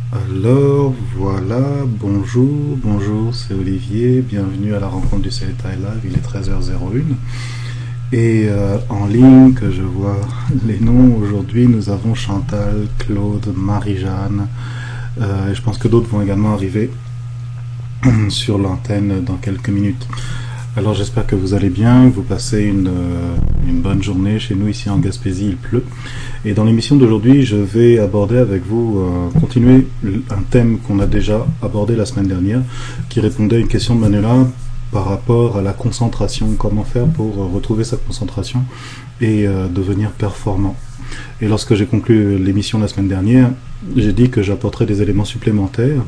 Alors voilà, bonjour, c'est Olivier, bienvenue à la rencontre du CETA Live, il est 13h01 et en ligne que je vois les noms aujourd'hui, nous avons Chantal, Claude, Marie-Jeanne et je pense que d'autres vont également arriver sur l'antenne dans quelques minutes. Alors j'espère que vous allez bien, que vous passez une bonne journée. Chez nous ici en Gaspésie il pleut. Et dans l'émission d'aujourd'hui je vais aborder avec vous, continuer un thème qu'on a déjà abordé la semaine dernière, qui répondait à une question de Manuela par rapport à la concentration, comment faire pour retrouver sa concentration et devenir performant. Et lorsque j'ai conclu l'émission la semaine dernière, j'ai dit que j'apporterais des éléments supplémentaires,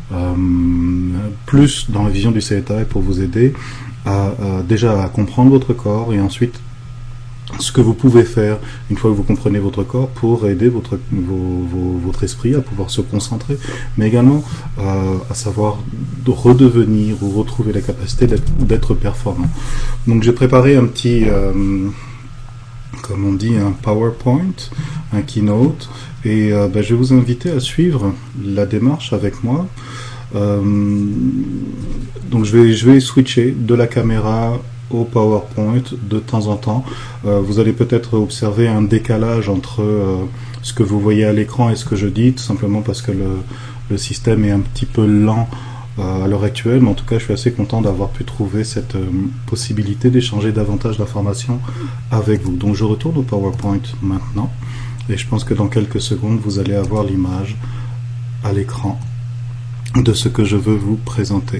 plus dans la vision du CETA pour vous aider déjà à comprendre votre corps et ensuite ce que vous pouvez faire une fois que vous comprenez votre corps pour aider votre esprit à pouvoir se concentrer, mais également à savoir redevenir ou retrouver la capacité d'être performant. Donc j'ai préparé un petit, comme on dit, un PowerPoint, un keynote, et je vais vous inviter à suivre la démarche avec moi. Donc je vais switcher de la caméra au PowerPoint de temps en temps. Vous allez peut-être observer un décalage entre ce que vous voyez à l'écran et ce que je dis, tout simplement parce que le système est un petit peu lent à l'heure actuelle, mais en tout cas je suis assez content d'avoir pu trouver cette possibilité d'échanger davantage d'informations avec vous. Donc je retourne au PowerPoint maintenant et je pense que dans quelques secondes vous allez avoir l'image à l'écran de ce que je veux vous présenter.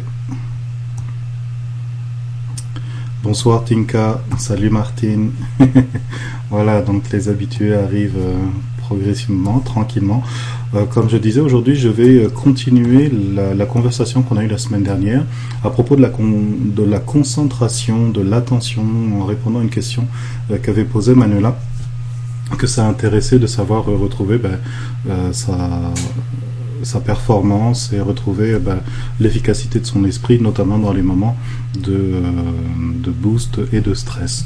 Bonsoir Tinka, salut Martine. Voilà, donc les habitués arrivent progressivement, tranquillement. Comme je disais, aujourd'hui je vais continuer la conversation qu'on a eue la semaine dernière à propos de la concentration, de l'attention, en répondant à une question qu'avait posée Manuela, que ça intéressait de savoir retrouver sa performance et retrouver l'efficacité de son esprit, notamment dans les moments de boost et de stress.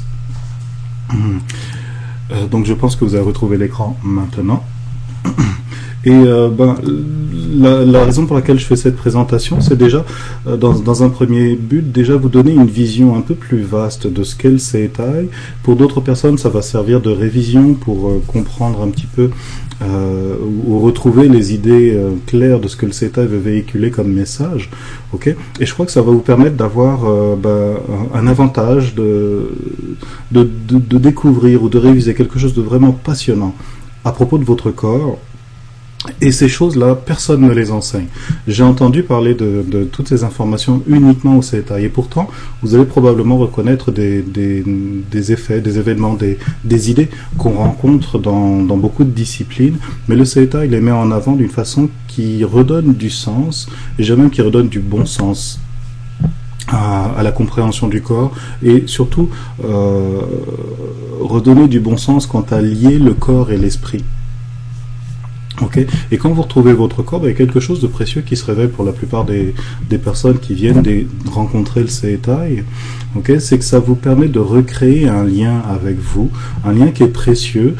Donc je pense que vous avez retrouvé l'écran maintenant. Et la raison pour laquelle je fais cette présentation, c'est déjà, dans un premier but, déjà vous donner une vision un peu plus vaste de ce qu'est le CETA. Pour d'autres personnes, ça va servir de révision pour comprendre un petit peu ou retrouver les idées claires de ce que le CETA veut véhiculer comme message. Okay, et je crois que ça va vous permettre d'avoir un avantage de découvrir ou de réviser quelque chose de vraiment passionnant à propos de votre corps. Et ces choses-là, personne ne les enseigne. J'ai entendu parler de toutes ces informations uniquement au CETA. Et pourtant, vous allez probablement reconnaître des effets, des événements, des idées qu'on rencontre dans beaucoup de disciplines. Mais le CETA, il les met en avant d'une façon qui redonne du sens, et j'ai même qui redonne du bon sens à la compréhension du corps, et surtout redonner du bon sens quant à lier le corps et l'esprit. Okay. Et quand vous retrouvez votre corps, il y a quelque chose de précieux qui se révèle pour la plupart des personnes qui viennent rencontrer le CETA. Okay, c'est que ça vous permet de recréer un lien avec vous, un lien qui est précieux,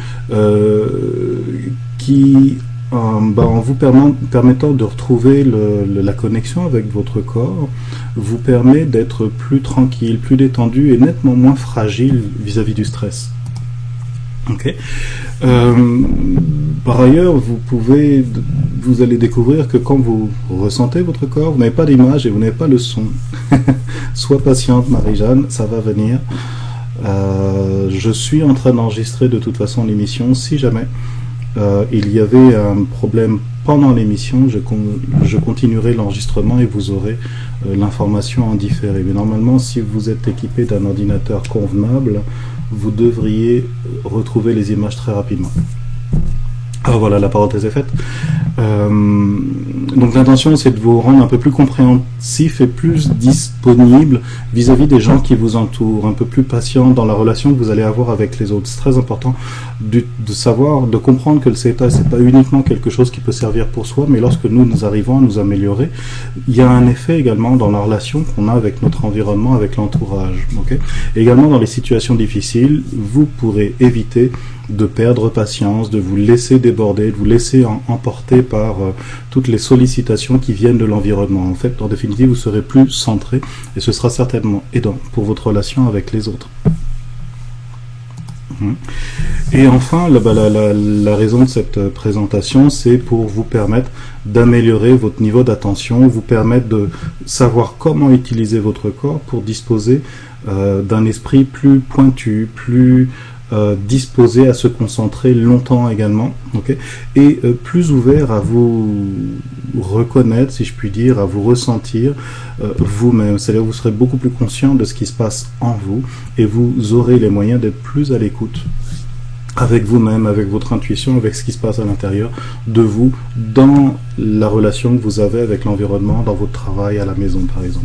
qui, en vous permettant de retrouver la connexion avec votre corps, vous permet d'être plus tranquille, plus détendu et nettement moins fragile vis-à-vis du stress. Okay. Par ailleurs, vous allez découvrir que quand vous ressentez votre corps, vous n'avez pas d'image et vous n'avez pas le son. Sois patiente, Marie-Jeanne, ça va venir. Je suis en train d'enregistrer de toute façon l'émission. Si jamais il y avait un problème pendant l'émission, je continuerai l'enregistrement et vous aurez l'information en différé. Mais normalement, si vous êtes équipé d'un ordinateur convenable, vous devriez retrouver les images très rapidement. Alors voilà, la parenthèse est faite. Donc l'intention, c'est de vous rendre un peu plus compréhensif et plus disponible vis-à-vis des gens qui vous entourent, un peu plus patient dans la relation que vous allez avoir avec les autres. C'est très important de savoir, de comprendre que le CETA, c'est pas uniquement quelque chose qui peut servir pour soi, mais lorsque nous arrivons à nous améliorer, il y a un effet également dans la relation qu'on a avec notre environnement, avec l'entourage. Okay. Également dans les situations difficiles, vous pourrez éviter de perdre patience, de vous laisser déborder, de vous laisser emporter par toutes les sollicitations qui viennent de l'environnement. En fait, en définitive, vous serez plus centré et ce sera certainement aidant pour votre relation avec les autres. Et enfin, la raison de cette présentation, c'est pour vous permettre d'améliorer votre niveau d'attention, vous permettre de savoir comment utiliser votre corps pour disposer d'un esprit plus pointu, plus disposé à se concentrer longtemps également, okay, et plus ouvert à vous reconnaître, si je puis dire, à vous ressentir vous-même. C'est-à-dire vous serez beaucoup plus conscient de ce qui se passe en vous et vous aurez les moyens d'être plus à l'écoute avec vous-même, avec votre intuition, avec ce qui se passe à l'intérieur de vous, dans la relation que vous avez avec l'environnement, dans votre travail, à la maison par exemple.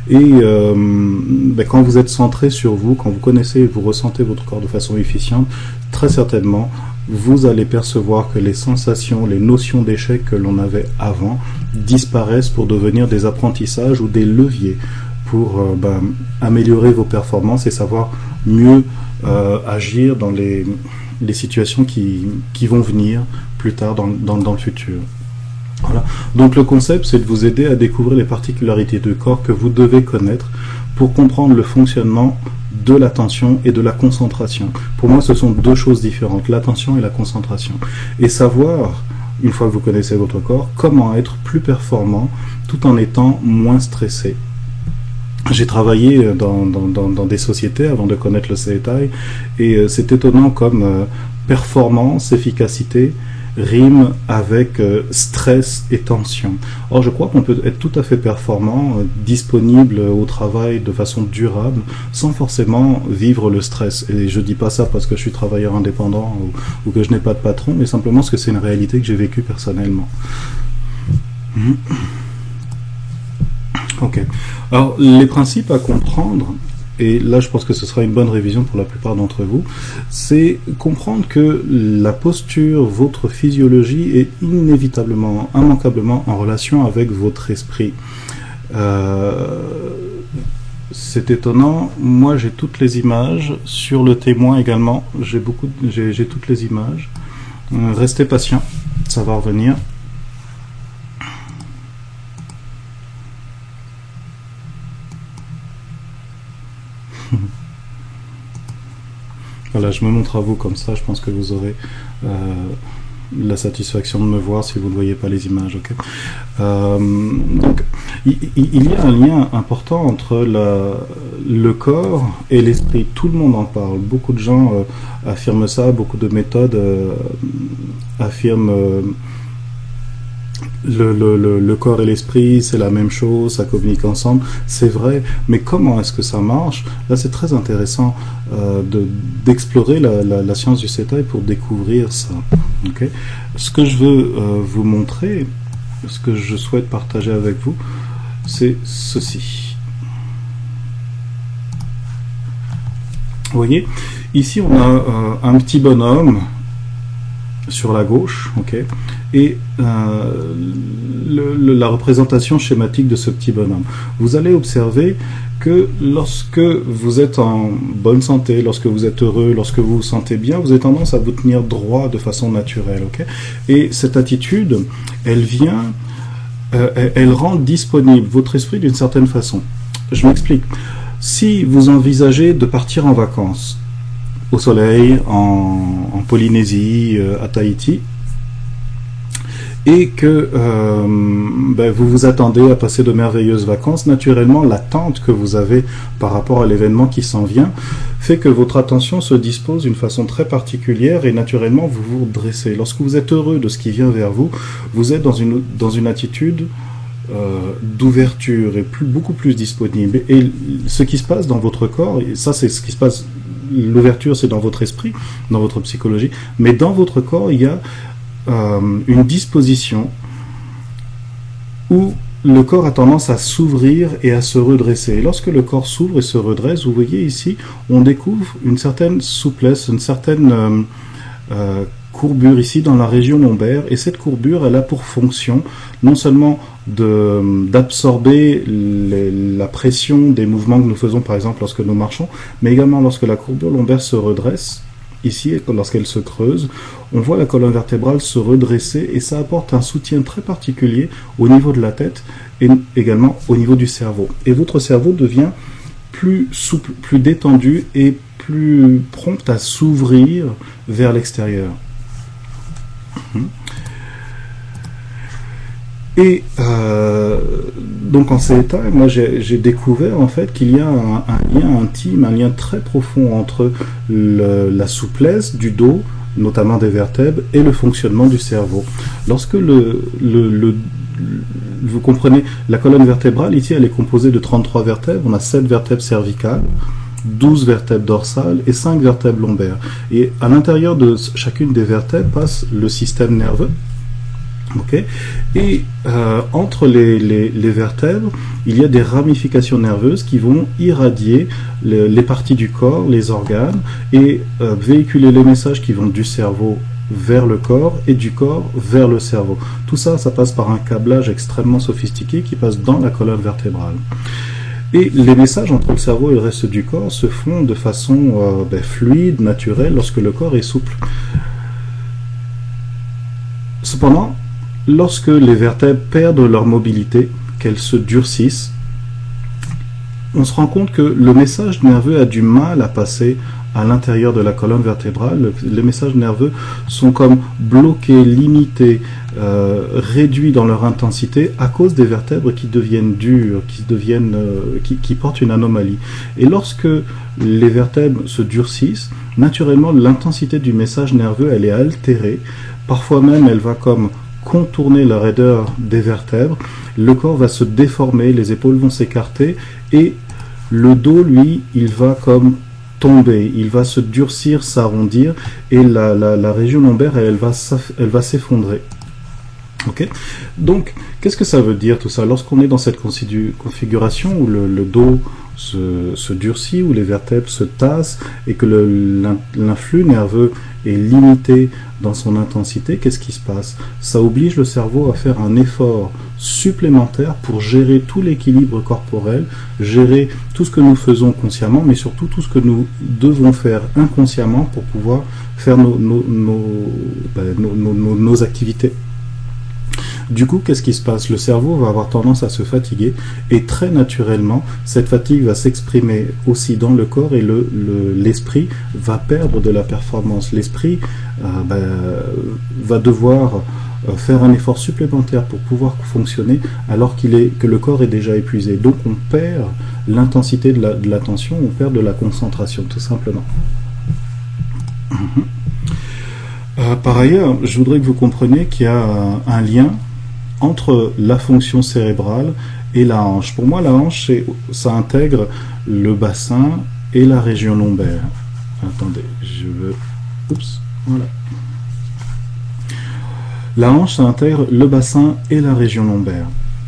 Et quand vous êtes centré sur vous, quand vous connaissez et vous ressentez votre corps de façon efficiente, très certainement, vous allez percevoir que les sensations, les notions d'échec que l'on avait avant disparaissent pour devenir des apprentissages ou des leviers pour améliorer vos performances et savoir mieux agir dans les situations qui vont venir plus tard dans le futur. Voilà. Donc le concept, c'est de vous aider à découvrir les particularités du corps que vous devez connaître pour comprendre le fonctionnement de l'attention et de la concentration. Pour moi, ce sont deux choses différentes, l'attention et la concentration. Et savoir, une fois que vous connaissez votre corps, comment être plus performant tout en étant moins stressé. J'ai travaillé dans des sociétés avant de connaître le Seitai et c'est étonnant comme performance, efficacité rime avec stress et tension. Or, je crois qu'on peut être tout à fait performant, disponible au travail de façon durable, sans forcément vivre le stress. Et je dis pas ça parce que je suis travailleur indépendant ou que je n'ai pas de patron, mais simplement parce que c'est une réalité que j'ai vécue personnellement. Ok. Alors, les principes à comprendre, et là je pense que ce sera une bonne révision pour la plupart d'entre vous, c'est comprendre que la posture, votre physiologie est inévitablement, immanquablement en relation avec votre esprit. C'est étonnant, moi j'ai toutes les images, sur le témoin également, j'ai toutes les images. Restez patient, ça va revenir. Voilà, je me montre à vous comme ça, je pense que vous aurez la satisfaction de me voir si vous ne voyez pas les images. Okay, donc, il y a un lien important entre le corps et l'esprit. Tout le monde en parle. Beaucoup de gens affirment ça, beaucoup de méthodes affirment le corps et l'esprit, c'est la même chose, ça communique ensemble, c'est vrai, mais comment est-ce que ça marche? Là, c'est très intéressant d'explorer la science du Seitai pour découvrir ça. Okay, ce que je veux vous montrer, ce que je souhaite partager avec vous, c'est ceci. Vous voyez, ici on a un petit bonhomme sur la gauche, ok, et la représentation schématique de ce petit bonhomme. Vous allez observer que lorsque vous êtes en bonne santé, lorsque vous êtes heureux, lorsque vous vous sentez bien, vous avez tendance à vous tenir droit de façon naturelle, ok. Et cette attitude, elle vient, elle rend disponible votre esprit d'une certaine façon. Je m'explique. Si vous envisagez de partir en vacances, au soleil, en Polynésie, à Tahiti, et que vous vous attendez à passer de merveilleuses vacances, naturellement l'attente que vous avez par rapport à l'événement qui s'en vient fait que votre attention se dispose d'une façon très particulière et naturellement vous vous dressez. Lorsque vous êtes heureux de ce qui vient vers vous, vous êtes dans une attitude d'ouverture et beaucoup plus disponible. Et ce qui se passe dans votre corps, et ça c'est ce qui se passe, l'ouverture c'est dans votre esprit, dans votre psychologie, mais dans votre corps il y a une disposition où le corps a tendance à s'ouvrir et à se redresser. Et lorsque le corps s'ouvre et se redresse, vous voyez ici, on découvre une certaine souplesse, une certaine courbure ici dans la région lombaire, et cette courbure elle a pour fonction non seulement d'absorber la pression des mouvements que nous faisons par exemple lorsque nous marchons, mais également lorsque la courbure lombaire se redresse, ici, lorsqu'elle se creuse, on voit la colonne vertébrale se redresser et ça apporte un soutien très particulier au niveau de la tête et également au niveau du cerveau. Et votre cerveau devient plus souple, plus détendu et plus prompt à s'ouvrir vers l'extérieur. Et donc en ces états, moi j'ai découvert en fait qu'il y a un lien intime, un lien très profond entre la souplesse du dos, notamment des vertèbres, et le fonctionnement du cerveau. Lorsque vous comprenez, la colonne vertébrale, ici, elle est composée de 33 vertèbres. On a 7 vertèbres cervicales, 12 vertèbres dorsales et 5 vertèbres lombaires. Et à l'intérieur de chacune des vertèbres passe le système nerveux. Okay. Et entre les vertèbres, il y a des ramifications nerveuses qui vont irradier les parties du corps, les organes, et véhiculer les messages qui vont du cerveau vers le corps et du corps vers le cerveau. Tout ça, ça passe par un câblage extrêmement sophistiqué qui passe dans la colonne vertébrale. Et les messages entre le cerveau et le reste du corps se font de façon fluide, naturelle, lorsque le corps est souple. Cependant, lorsque les vertèbres perdent leur mobilité, qu'elles se durcissent, on se rend compte que le message nerveux a du mal à passer à l'intérieur de la colonne vertébrale. Les messages nerveux sont comme bloqués, limités, réduits dans leur intensité à cause des vertèbres qui deviennent dures, qui portent une anomalie. Et lorsque les vertèbres se durcissent, naturellement l'intensité du message nerveux elle est altérée. Parfois même elle va comme contourner la raideur des vertèbres, le corps va se déformer, les épaules vont s'écarter et le dos, lui, il va comme tomber, il va se durcir, s'arrondir et la région lombaire, elle va s'effondrer. Okay. Donc, qu'est-ce que ça veut dire tout ça? Lorsqu'on est dans cette configuration où le dos se durcit, où les vertèbres se tassent et que l'influx nerveux est limité dans son intensité, qu'est-ce qui se passe? Ça oblige le cerveau à faire un effort supplémentaire pour gérer tout l'équilibre corporel, gérer tout ce que nous faisons consciemment, mais surtout tout ce que nous devons faire inconsciemment pour pouvoir faire nos activités. Du coup, qu'est-ce qui se passe? Le cerveau va avoir tendance à se fatiguer et très naturellement, cette fatigue va s'exprimer aussi dans le corps et l'esprit va perdre de la performance. L'esprit va devoir faire un effort supplémentaire pour pouvoir fonctionner alors que le corps est déjà épuisé. Donc on perd l'intensité de l'attention, on perd de la concentration tout simplement. Par ailleurs, je voudrais que vous compreniez qu'il y a un lien entre la fonction cérébrale et la hanche. Pour moi, la hanche, ça intègre le bassin et la région lombaire. Attendez, je veux... Oups, voilà. La hanche, ça intègre le bassin et la région lombaire.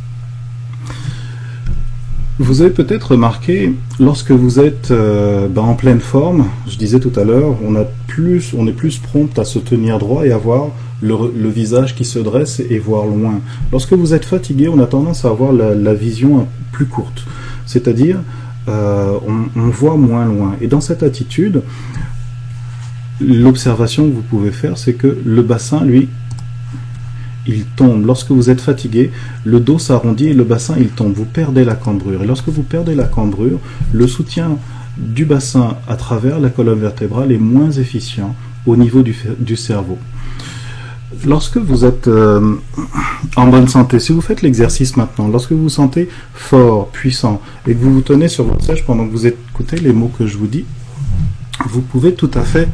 Vous avez peut-être remarqué, lorsque vous êtes en pleine forme, je disais tout à l'heure, on est plus prompt à se tenir droit et avoir le visage qui se dresse et voir loin. Lorsque vous êtes fatigué, on a tendance à avoir la vision plus courte, c'est-à-dire on voit moins loin. Et dans cette attitude, l'observation que vous pouvez faire, c'est que le bassin, lui, il tombe. Lorsque vous êtes fatigué, le dos s'arrondit et le bassin, il tombe. Vous perdez la cambrure. Et lorsque vous perdez la cambrure, le soutien du bassin à travers la colonne vertébrale est moins efficient au niveau du cerveau. Lorsque vous êtes en bonne santé, si vous faites l'exercice maintenant, lorsque vous vous sentez fort, puissant, et que vous vous tenez sur votre siège pendant que vous écoutez les mots que je vous dis, vous pouvez tout à fait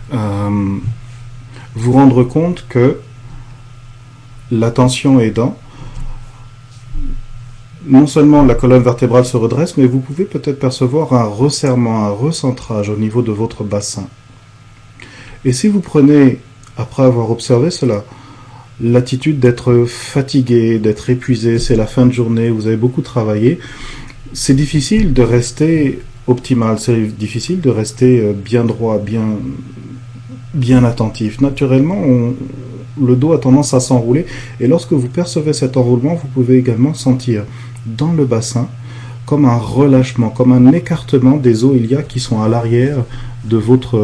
vous rendre compte que la tension aidant, non seulement la colonne vertébrale se redresse, mais vous pouvez peut-être percevoir un resserrement, un recentrage au niveau de votre bassin. Et si vous prenez, après avoir observé cela, l'attitude d'être fatigué, d'être épuisé, c'est la fin de journée, vous avez beaucoup travaillé, c'est difficile de rester optimal, c'est difficile de rester bien droit, bien attentif. Naturellement, le dos a tendance à s'enrouler et lorsque vous percevez cet enroulement, vous pouvez également sentir dans le bassin comme un relâchement, comme un écartement des os iliaques qui sont à l'arrière de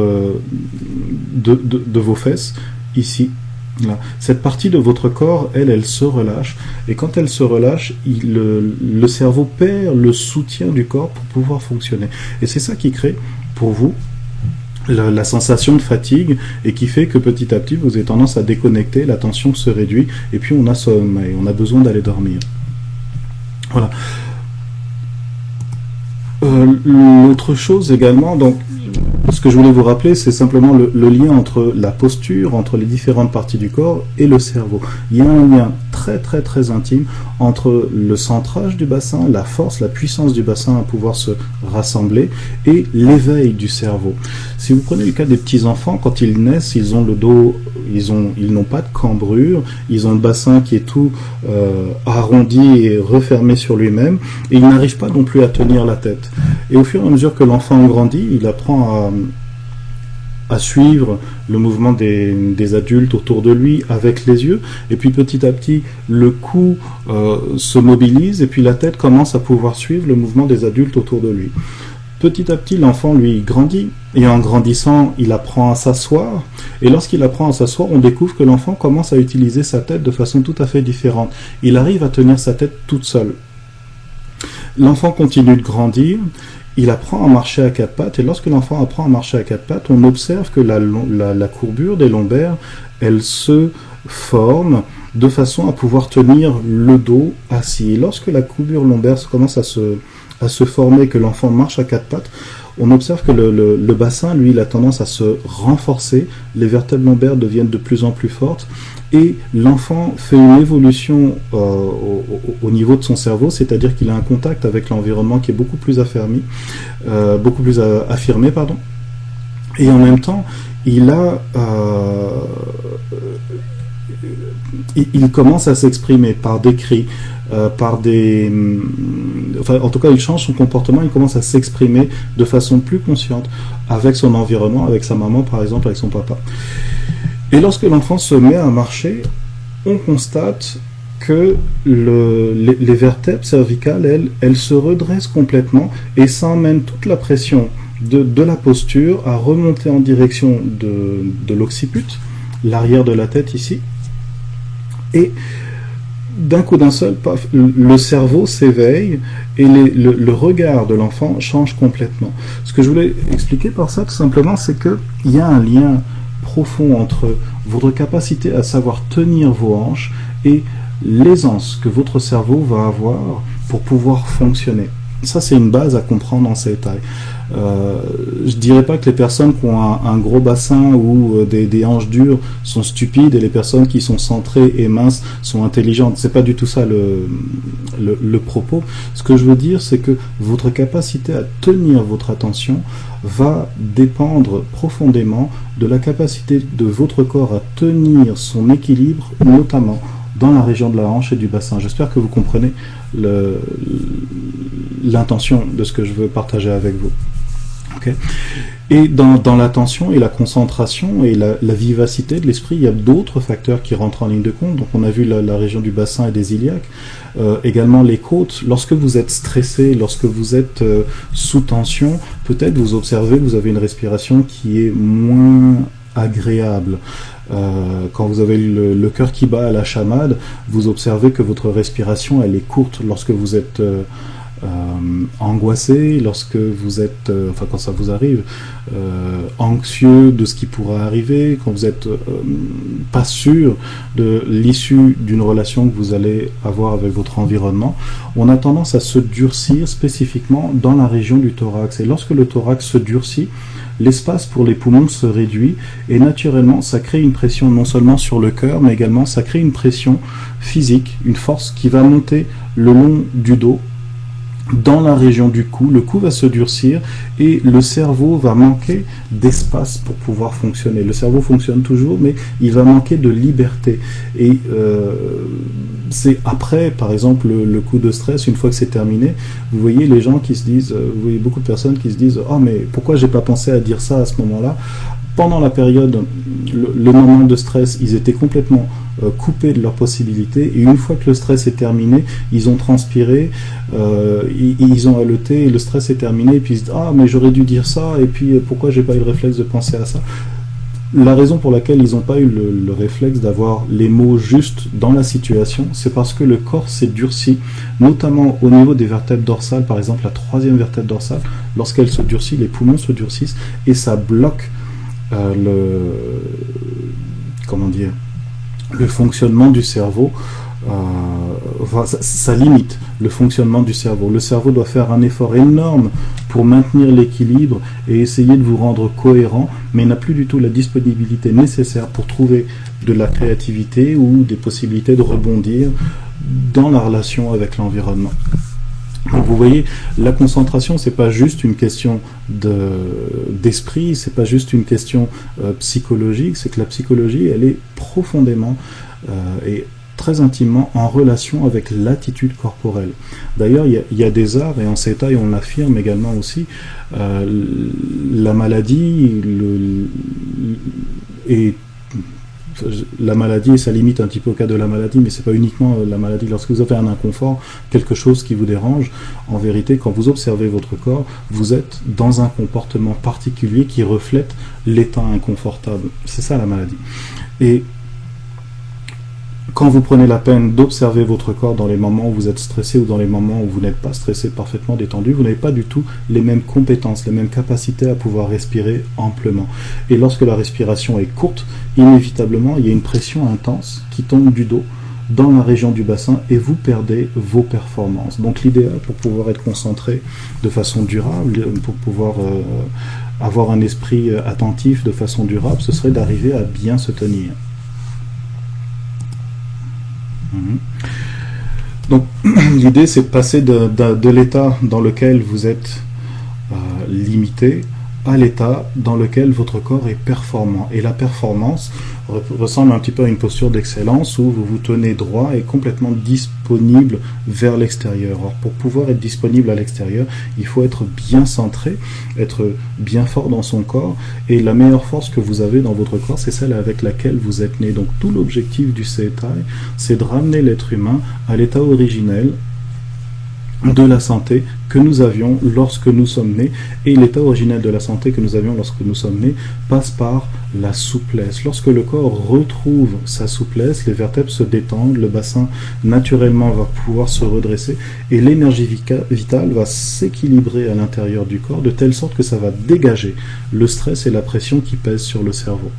vos fesses, ici. Là. Cette partie de votre corps, elle se relâche. Et quand elle se relâche, le cerveau perd le soutien du corps pour pouvoir fonctionner. Et c'est ça qui crée, pour vous, la sensation de fatigue et qui fait que petit à petit, vous avez tendance à déconnecter, la tension se réduit et puis on a sommeil, on a besoin d'aller dormir. Voilà. L'autre chose également, donc, ce que je voulais vous rappeler, c'est simplement le lien entre la posture, entre les différentes parties du corps et le cerveau. Il y a un lien très très très intime entre le centrage du bassin, la force, la puissance du bassin à pouvoir se rassembler et l'éveil du cerveau. Si vous prenez le cas des petits enfants, quand ils naissent, ils ont le dos, ils n'ont pas de cambrure, ils ont le bassin qui est tout arrondi et refermé sur lui-même, et ils n'arrivent pas non plus à tenir la tête. Et au fur et à mesure que l'enfant grandit, il apprend à suivre le mouvement des adultes autour de lui avec les yeux, et puis petit à petit le cou se mobilise et puis la tête commence à pouvoir suivre le mouvement des adultes autour de lui. Petit à petit l'enfant lui grandit, et en grandissant il apprend à s'asseoir, et lorsqu'il apprend à s'asseoir, on découvre que l'enfant commence à utiliser sa tête de façon tout à fait différente. Il arrive à tenir sa tête toute seule. L'enfant continue de grandir, il apprend à marcher à quatre pattes, et lorsque l'enfant apprend à marcher à quatre pattes, on observe que la courbure des lombaires, elle se forme de façon à pouvoir tenir le dos assis. Et lorsque la courbure lombaire commence à se former, que l'enfant marche à quatre pattes, on observe que le bassin, lui, il a tendance à se renforcer, les vertèbres lombaires deviennent de plus en plus fortes, et l'enfant fait une évolution au niveau de son cerveau, c'est-à-dire qu'il a un contact avec l'environnement qui est beaucoup plus affirmé, pardon. Et en même temps, il commence à s'exprimer par des cris, en tout cas, il change son comportement, il commence à s'exprimer de façon plus consciente avec son environnement, avec sa maman, par exemple, avec son papa. Et lorsque l'enfant se met à marcher, on constate que les vertèbres cervicales, elles se redressent complètement, et ça emmène toute la pression de la posture à remonter en direction de l'occiput, l'arrière de la tête ici, et d'un coup d'un seul, paf, le cerveau s'éveille et le regard de l'enfant change complètement. Ce que je voulais expliquer par ça, tout simplement, c'est qu'il y a un lien profond entre votre capacité à savoir tenir vos hanches et l'aisance que votre cerveau va avoir pour pouvoir fonctionner. Ça, c'est une base à comprendre en ces détails. Je dirais pas que les personnes qui ont un gros bassin ou des hanches dures sont stupides, et les personnes qui sont centrées et minces sont intelligentes. C'est pas du tout ça le propos. Ce que je veux dire, c'est que votre capacité à tenir votre attention va dépendre profondément de la capacité de votre corps à tenir son équilibre, notamment dans la région de la hanche et du bassin. J'espère que vous comprenez l'intention de ce que je veux partager avec vous. Okay. Et dans l'attention et la concentration et la vivacité de l'esprit, il y a d'autres facteurs qui rentrent en ligne de compte. Donc on a vu la région du bassin et des iliaques, également les côtes. Lorsque vous êtes stressé, lorsque vous êtes sous tension, peut-être vous observez que vous avez une respiration qui est moins agréable. Quand vous avez le cœur qui bat à la chamade, vous observez que votre respiration, elle est courte. Lorsque vous êtes angoissé, lorsque vous êtes, quand ça vous arrive, anxieux de ce qui pourra arriver, quand vous êtes pas sûr de l'issue d'une relation que vous allez avoir avec votre environnement, on a tendance à se durcir spécifiquement dans la région du thorax. Et lorsque le thorax se durcit, l'espace pour les poumons se réduit, et naturellement ça crée une pression non seulement sur le cœur, mais également ça crée une pression physique, une force qui va monter le long du dos, dans la région du cou. Le cou va se durcir et le cerveau va manquer d'espace pour pouvoir fonctionner. Le cerveau fonctionne toujours, mais il va manquer de liberté. Et c'est après, par exemple, le coup de stress, une fois que c'est terminé, vous voyez les gens qui se disent, vous voyez beaucoup de personnes qui se disent, oh mais pourquoi j'ai pas pensé à dire ça à ce moment-là? Pendant la période, le moment de stress, ils étaient complètement coupés de leurs possibilités, et une fois que le stress est terminé, ils ont transpiré, ils ont haleté, et le stress est terminé, et puis ils se disent, ah mais j'aurais dû dire ça, et puis pourquoi j'ai pas eu le réflexe de penser à ça? La raison pour laquelle ils n'ont pas eu le réflexe d'avoir les mots justes dans la situation, c'est parce que le corps s'est durci, notamment au niveau des vertèbres dorsales, par exemple la troisième vertèbre dorsale, lorsqu'elle se durcit, les poumons se durcissent et ça bloque comment dire, le fonctionnement du cerveau. Ça limite le fonctionnement du cerveau. Le cerveau doit faire un effort énorme pour maintenir l'équilibre et essayer de vous rendre cohérent, mais n'a plus du tout la disponibilité nécessaire pour trouver de la créativité ou des possibilités de rebondir dans la relation avec l'environnement. Donc vous voyez, la concentration, c'est pas juste une question d'esprit, c'est pas juste une question psychologique, c'est que la psychologie, elle est profondément et très intimement en relation avec l'attitude corporelle. D'ailleurs, il y a des arts, et en Setai on l'affirme également aussi, la maladie la maladie, et ça limite un petit peu au cas de la maladie, mais c'est pas uniquement la maladie. Lorsque vous avez un inconfort, quelque chose qui vous dérange, en vérité, quand vous observez votre corps, vous êtes dans un comportement particulier qui reflète l'état inconfortable. C'est ça la maladie. Et quand vous prenez la peine d'observer votre corps dans les moments où vous êtes stressé ou dans les moments où vous n'êtes pas stressé, parfaitement détendu, vous n'avez pas du tout les mêmes compétences, les mêmes capacités à pouvoir respirer amplement. Et lorsque la respiration est courte, inévitablement, il y a une pression intense qui tombe du dos dans la région du bassin et vous perdez vos performances. Donc l'idéal pour pouvoir être concentré de façon durable, pour pouvoir avoir un esprit attentif de façon durable, ce serait d'arriver à bien se tenir. Donc l'idée c'est de passer de l'état dans lequel vous êtes limité à l'état dans lequel votre corps est performant. Et la performance ressemble un petit peu à une posture d'excellence où vous vous tenez droit et complètement disponible vers l'extérieur. Alors pour pouvoir être disponible à l'extérieur, il faut être bien centré, être bien fort dans son corps, et la meilleure force que vous avez dans votre corps, c'est celle avec laquelle vous êtes né. Donc tout l'objectif du Setai, c'est de ramener l'être humain à l'état originel de la santé que nous avions lorsque nous sommes nés, et l'état originel de la santé que nous avions lorsque nous sommes nés passe par la souplesse. Lorsque le corps retrouve sa souplesse, les vertèbres se détendent, le bassin naturellement va pouvoir se redresser et l'énergie vitale va s'équilibrer à l'intérieur du corps de telle sorte que ça va dégager le stress et la pression qui pèsent sur le cerveau.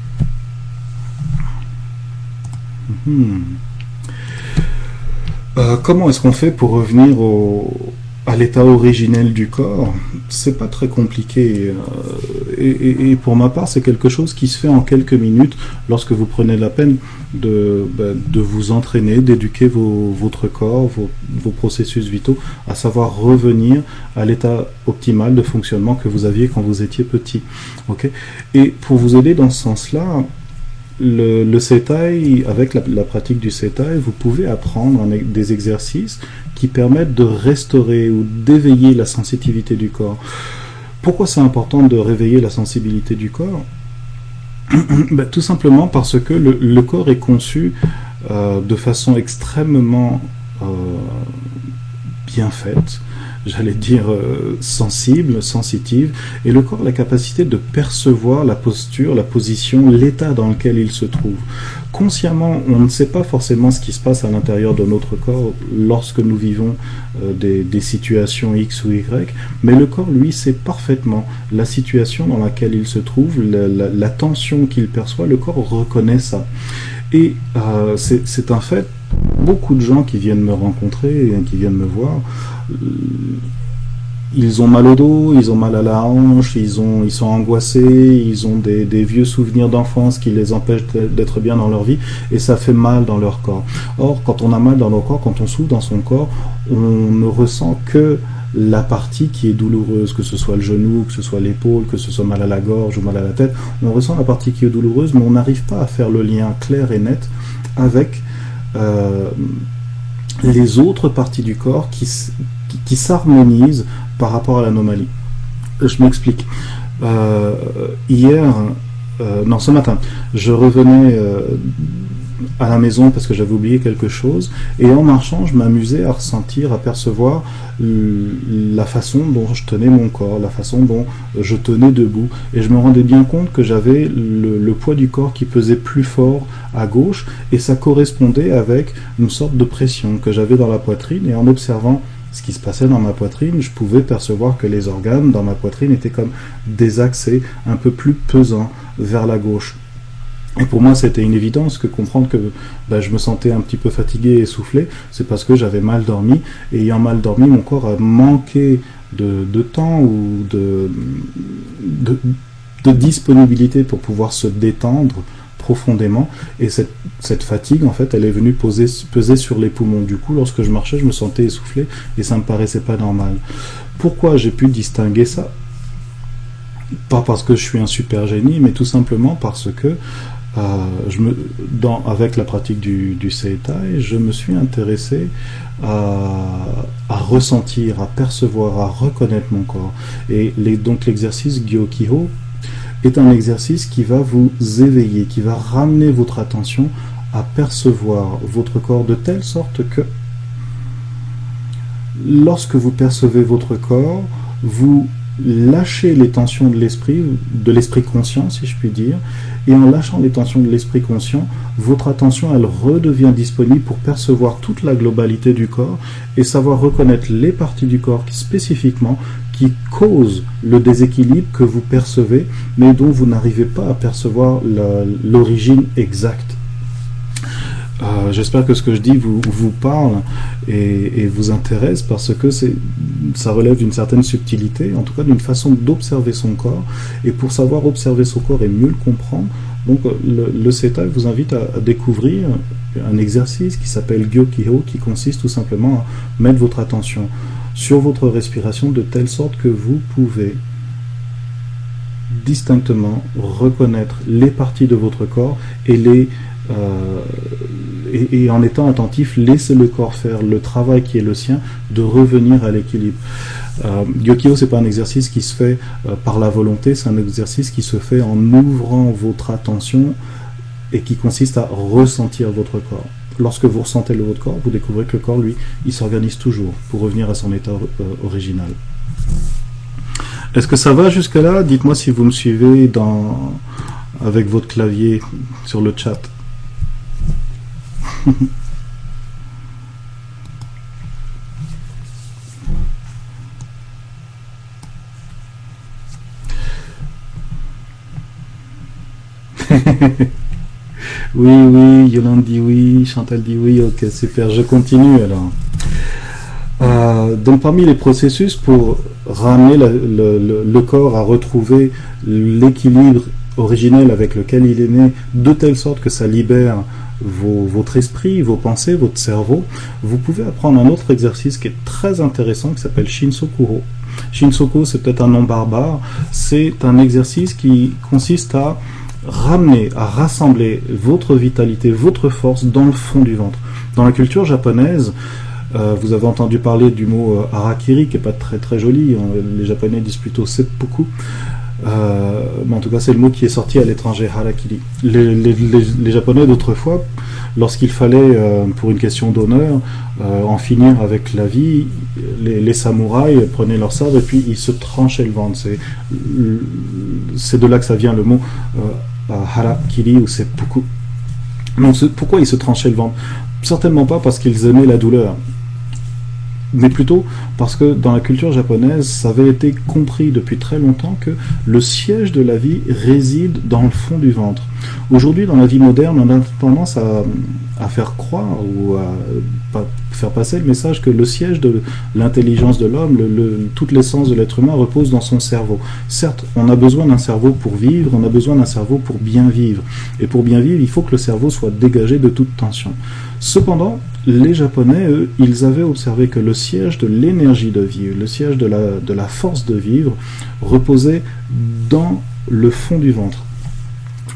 Comment est-ce qu'on fait pour revenir à l'état originel du corps? C'est pas très compliqué. Et pour ma part, c'est quelque chose qui se fait en quelques minutes lorsque vous prenez la peine de vous entraîner, d'éduquer votre corps, vos processus vitaux, à savoir revenir à l'état optimal de fonctionnement que vous aviez quand vous étiez petit. Okay? Et pour vous aider dans ce sens-là, le Setai, avec la pratique du Setai, vous pouvez apprendre des exercices qui permettent de restaurer ou d'éveiller la sensitivité du corps. Pourquoi c'est important de réveiller la sensibilité du corps? Tout simplement parce que le corps est conçu de façon extrêmement bien faite, j'allais dire sensible, sensitive, et le corps a la capacité de percevoir la posture, la position, l'état dans lequel il se trouve. Consciemment, on ne sait pas forcément ce qui se passe à l'intérieur de notre corps lorsque nous vivons des situations X ou Y, mais le corps, lui, sait parfaitement la situation dans laquelle il se trouve, la tension qu'il perçoit, le corps reconnaît ça. Et c'est un fait, beaucoup de gens qui viennent me rencontrer, qui viennent me voir, ils ont mal au dos, ils ont mal à la hanche, ils sont angoissés, ils ont des vieux souvenirs d'enfance qui les empêchent d'être bien dans leur vie, et ça fait mal dans leur corps. Or, quand on a mal dans notre corps, quand on souffre dans son corps, on ne ressent que la partie qui est douloureuse, que ce soit le genou, que ce soit l'épaule, que ce soit mal à la gorge ou mal à la tête, on ressent la partie qui est douloureuse, mais on n'arrive pas à faire le lien clair et net avec les autres parties du corps qui s'harmonisent par rapport à l'anomalie. Je m'explique. Non, ce matin, je revenais à la maison parce que j'avais oublié quelque chose, et en marchant, je m'amusais à ressentir, à percevoir la façon dont je tenais mon corps, la façon dont je tenais debout, et je me rendais bien compte que j'avais le poids du corps qui pesait plus fort à gauche, et ça correspondait avec une sorte de pression que j'avais dans la poitrine, et en observant ce qui se passait dans ma poitrine, je pouvais percevoir que les organes dans ma poitrine étaient comme désaxés, un peu plus pesants vers la gauche. Et pour moi, c'était une évidence que comprendre que je me sentais un petit peu fatigué et essoufflé, c'est parce que j'avais mal dormi, et ayant mal dormi, mon corps a manqué de temps ou de disponibilité pour pouvoir se détendre profondément, et cette fatigue, en fait, elle est venue peser sur les poumons. Du coup, lorsque je marchais, je me sentais essoufflé, et ça me paraissait pas normal. Pourquoi j'ai pu distinguer ça? Pas parce que je suis un super génie, mais tout simplement parce que avec la pratique du Seitai, je me suis intéressé à ressentir, à percevoir, à reconnaître mon corps. Et donc l'exercice Gyokiho est un exercice qui va vous éveiller, qui va ramener votre attention à percevoir votre corps de telle sorte que lorsque vous percevez votre corps, vous lâchez les tensions de l'esprit conscient, si je puis dire, et en lâchant les tensions de l'esprit conscient, votre attention, elle redevient disponible pour percevoir toute la globalité du corps et savoir reconnaître les parties du corps spécifiquement qui causent le déséquilibre que vous percevez, mais dont vous n'arrivez pas à percevoir l'origine exacte. J'espère que ce que je dis vous parle et vous intéresse, parce que ça relève d'une certaine subtilité, en tout cas d'une façon d'observer son corps, et pour savoir observer son corps et mieux le comprendre, donc le Seitai vous invite à découvrir un exercice qui s'appelle Gyokiho, qui consiste tout simplement à mettre votre attention sur votre respiration de telle sorte que vous pouvez distinctement reconnaître les parties de votre corps et en étant attentif, laissez le corps faire le travail qui est le sien de revenir à l'équilibre. Gyokiho, c'est pas un exercice qui se fait par la volonté, c'est un exercice qui se fait en ouvrant votre attention et qui consiste à ressentir votre corps. Lorsque vous ressentez votre corps, vous découvrez que le corps, lui, il s'organise toujours pour revenir à son état original. Est-ce que ça va jusque-là? Dites-moi si vous me suivez avec votre clavier sur le chat. Oui, Yolande dit oui, Chantal dit oui, ok, super, je continue alors. Donc parmi les processus pour ramener le corps à retrouver l'équilibre originel avec lequel il est né, de telle sorte que ça libère votre esprit, vos pensées, votre cerveau, vous pouvez apprendre un autre exercice qui est très intéressant, qui s'appelle Shinsokuho. Shinsoku, c'est peut-être un nom barbare, c'est un exercice qui consiste à ramener, à rassembler votre vitalité, votre force dans le fond du ventre. Dans la culture japonaise, vous avez entendu parler du mot harakiri, qui n'est pas très très joli, les japonais disent plutôt seppuku, mais en tout cas c'est le mot qui est sorti à l'étranger, harakiri. Les japonais d'autrefois, lorsqu'il fallait, pour une question d'honneur, en finir avec la vie, les samouraïs prenaient leur sabre et puis ils se tranchaient le ventre. C'est de là que ça vient le mot harakiri ou seppuku. Non, pourquoi ils se tranchaient le ventre? Certainement pas parce qu'ils aimaient la douleur, mais plutôt parce que dans la culture japonaise, ça avait été compris depuis très longtemps que le siège de la vie réside dans le fond du ventre. Aujourd'hui, dans la vie moderne, on a tendance à faire croire ou à faire passer le message que le siège de l'intelligence de l'homme, toute l'essence de l'être humain repose dans son cerveau. Certes, on a besoin d'un cerveau pour vivre, on a besoin d'un cerveau pour bien vivre. Et pour bien vivre, il faut que le cerveau soit dégagé de toute tension. Cependant, les Japonais, eux, ils avaient observé que le siège de l'énergie de vivre, le siège de la force de vivre, reposait dans le fond du ventre.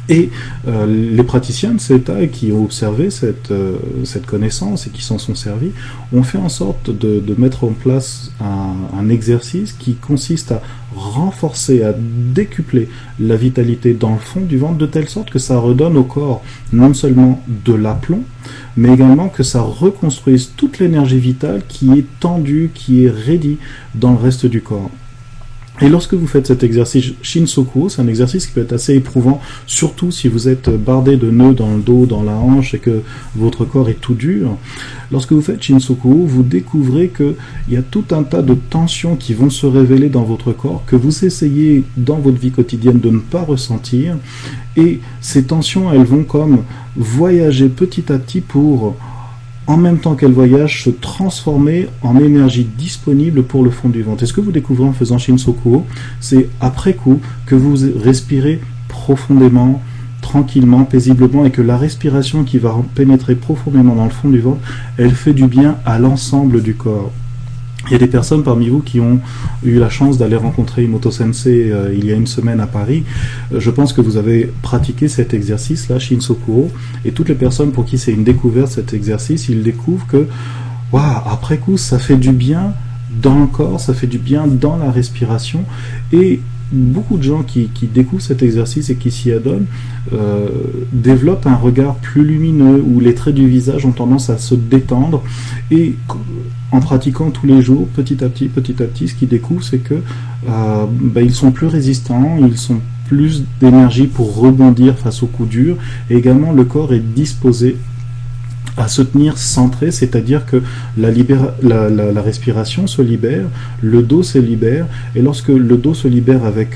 Et les praticiens de Setai qui ont observé cette connaissance et qui s'en sont servis ont fait en sorte de mettre en place un exercice qui consiste à renforcer, à décupler la vitalité dans le fond du ventre de telle sorte que ça redonne au corps non seulement de l'aplomb, mais également que ça reconstruise toute l'énergie vitale qui est tendue, qui est raidie dans le reste du corps. Et lorsque vous faites cet exercice Shinsokuo, c'est un exercice qui peut être assez éprouvant, surtout si vous êtes bardé de nœuds dans le dos, dans la hanche et que votre corps est tout dur. Lorsque vous faites Shinsokuo, vous découvrez qu'il y a tout un tas de tensions qui vont se révéler dans votre corps, que vous essayez dans votre vie quotidienne de ne pas ressentir. Et ces tensions, elles vont comme voyager petit à petit pour, en même temps qu'elle voyage, se transformer en énergie disponible pour le fond du ventre. Et ce que vous découvrez en faisant Shinsokuo, c'est après coup que vous respirez profondément, tranquillement, paisiblement, et que la respiration qui va pénétrer profondément dans le fond du ventre, elle fait du bien à l'ensemble du corps. Il y a des personnes parmi vous qui ont eu la chance d'aller rencontrer Imoto Sensei il y a une semaine à Paris. Je pense que vous avez pratiqué cet exercice-là, Shinsokuo, et toutes les personnes pour qui c'est une découverte cet exercice, ils découvrent que, après coup, ça fait du bien dans le corps, ça fait du bien dans la respiration, et beaucoup de gens qui découvrent cet exercice et qui s'y adonnent développent un regard plus lumineux, où les traits du visage ont tendance à se détendre, et en pratiquant tous les jours, petit à petit, ce qu'ils découvrent, c'est que ils sont plus résistants, ils ont plus d'énergie pour rebondir face aux coups durs, et également le corps est disposé à se tenir centré, c'est-à-dire que la respiration se libère, le dos se libère, et lorsque le dos se libère avec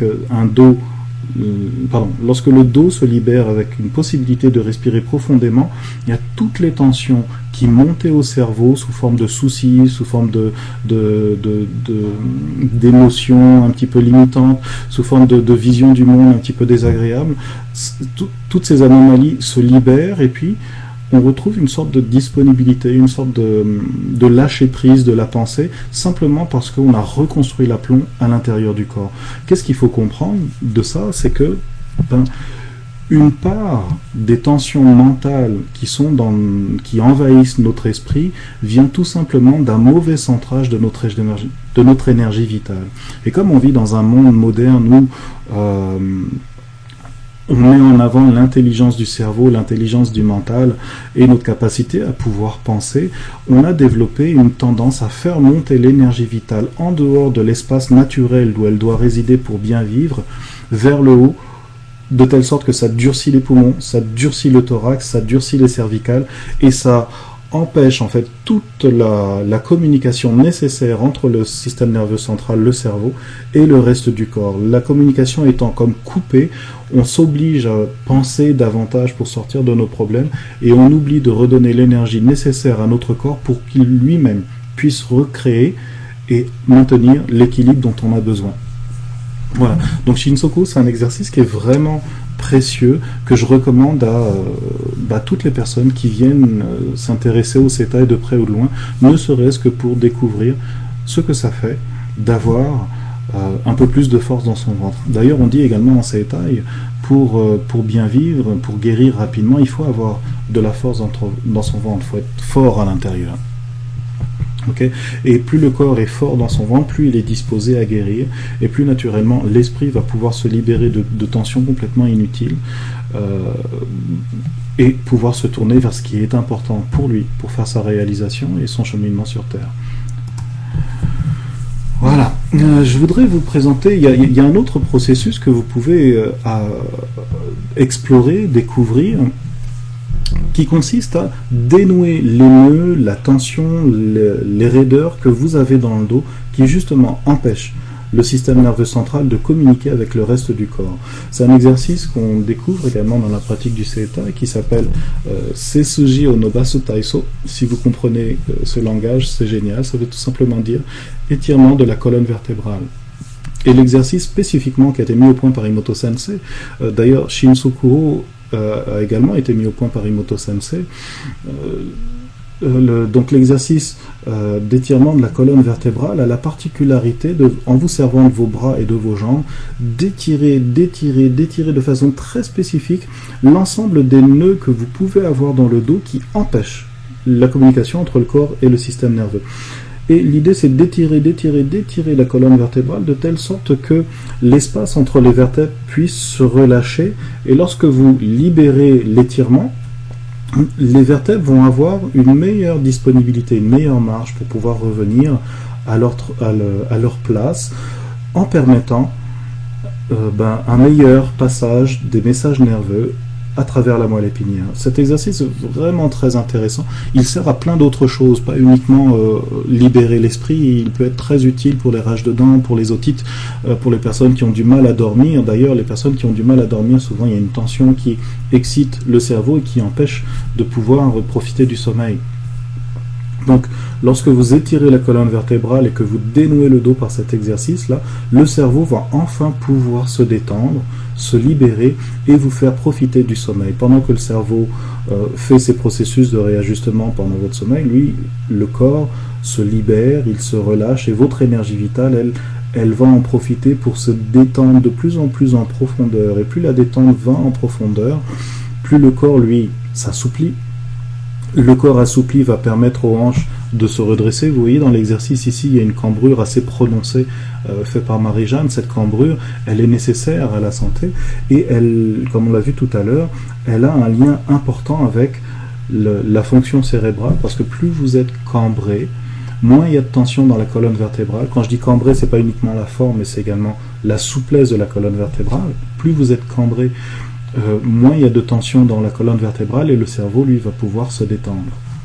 lorsque le dos se libère avec une possibilité de respirer profondément, il y a toutes les tensions qui montaient au cerveau sous forme de soucis, sous forme d'émotions un petit peu limitantes, sous forme de vision du monde un petit peu désagréable. Toutes ces anomalies se libèrent, et puis on retrouve une sorte de disponibilité, une sorte de lâcher-prise de la pensée, simplement parce qu'on a reconstruit l'aplomb à l'intérieur du corps. Qu'est-ce qu'il faut comprendre de ça? C'est que une part des tensions mentales qui envahissent notre esprit vient tout simplement d'un mauvais centrage de notre énergie vitale. Et comme on vit dans un monde moderne où on met en avant l'intelligence du cerveau, l'intelligence du mental et notre capacité à pouvoir penser, on a développé une tendance à faire monter l'énergie vitale en dehors de l'espace naturel où elle doit résider pour bien vivre, vers le haut, de telle sorte que ça durcit les poumons, ça durcit le thorax, ça durcit les cervicales, et ça empêche en fait toute la communication nécessaire entre le système nerveux central, le cerveau, et le reste du corps. La communication étant comme coupée, on s'oblige à penser davantage pour sortir de nos problèmes, et on oublie de redonner l'énergie nécessaire à notre corps pour qu'il lui-même puisse recréer et maintenir l'équilibre dont on a besoin. Voilà, donc Shinsokuo, c'est un exercice qui est vraiment précieux, que je recommande à toutes les personnes qui viennent s'intéresser au Setai de près ou de loin, ne serait-ce que pour découvrir ce que ça fait d'avoir un peu plus de force dans son ventre. D'ailleurs, on dit également en Setai, pour bien vivre, pour guérir rapidement, il faut avoir de la force dans son ventre, il faut être fort à l'intérieur. Okay. Et plus le corps est fort dans son ventre, plus il est disposé à guérir, et plus naturellement l'esprit va pouvoir se libérer de tensions complètement inutiles et pouvoir se tourner vers ce qui est important pour lui, pour faire sa réalisation et son cheminement sur Terre. Voilà, je voudrais vous présenter, il y a un autre processus que vous pouvez explorer, découvrir, qui consiste à dénouer les nœuds, la tension, les raideurs que vous avez dans le dos, qui justement empêchent le système nerveux central de communiquer avec le reste du corps. C'est un exercice qu'on découvre également dans la pratique du Setai qui s'appelle Seisuji Onobasu Taiso. Si vous comprenez ce langage, c'est génial, ça veut tout simplement dire étirement de la colonne vertébrale. Et l'exercice spécifiquement qui a été mis au point par Imoto Sensei, d'ailleurs Shinsokuo a également été mis au point par Imoto Sensei, Donc l'exercice d'étirement de la colonne vertébrale a la particularité, en vous servant de vos bras et de vos jambes, d'étirer de façon très spécifique l'ensemble des nœuds que vous pouvez avoir dans le dos qui empêchent la communication entre le corps et le système nerveux. Et l'idée, c'est d'étirer la colonne vertébrale de telle sorte que l'espace entre les vertèbres puisse se relâcher. Et lorsque vous libérez l'étirement, les vertèbres vont avoir une meilleure disponibilité, une meilleure marge pour pouvoir revenir à leur place, en permettant un meilleur passage des messages nerveux à travers la moelle épinière. Cet exercice est vraiment très intéressant. Il sert à plein d'autres choses, pas uniquement libérer l'esprit. Il peut être très utile pour les rages de dents, pour les otites, pour les personnes qui ont du mal à dormir. D'ailleurs, les personnes qui ont du mal à dormir, souvent il y a une tension qui excite le cerveau et qui empêche de pouvoir profiter du sommeil. Donc, lorsque vous étirez la colonne vertébrale et que vous dénouez le dos par cet exercice-là, le cerveau va enfin pouvoir se détendre, se libérer et vous faire profiter du sommeil. Pendant que le cerveau fait ses processus de réajustement pendant votre sommeil, lui, le corps se libère, il se relâche et votre énergie vitale, elle va en profiter pour se détendre de plus en plus en profondeur. Et plus la détente va en profondeur, plus le corps, lui, s'assouplit. Le corps assoupli va permettre aux hanches de se redresser. Vous voyez dans l'exercice ici, il y a une cambrure assez prononcée faite par Marie-Jeanne. Cette cambrure, elle est nécessaire à la santé et elle, comme on l'a vu tout à l'heure, elle a un lien important avec la fonction cérébrale parce que plus vous êtes cambré, moins il y a de tension dans la colonne vertébrale. Quand je dis cambré, c'est pas uniquement la forme, mais c'est également la souplesse de la colonne vertébrale. Plus vous êtes cambré, moins il y a de tension dans la colonne vertébrale et le cerveau, lui, va pouvoir se détendre.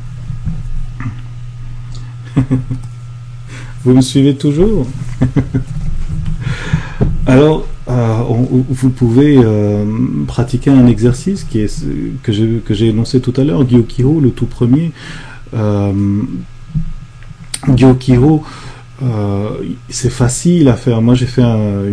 Vous me suivez toujours? Alors, vous pouvez pratiquer un exercice que j'ai énoncé tout à l'heure, Gyokiro, le tout premier. Gyokiro, c'est facile à faire. Moi, j'ai fait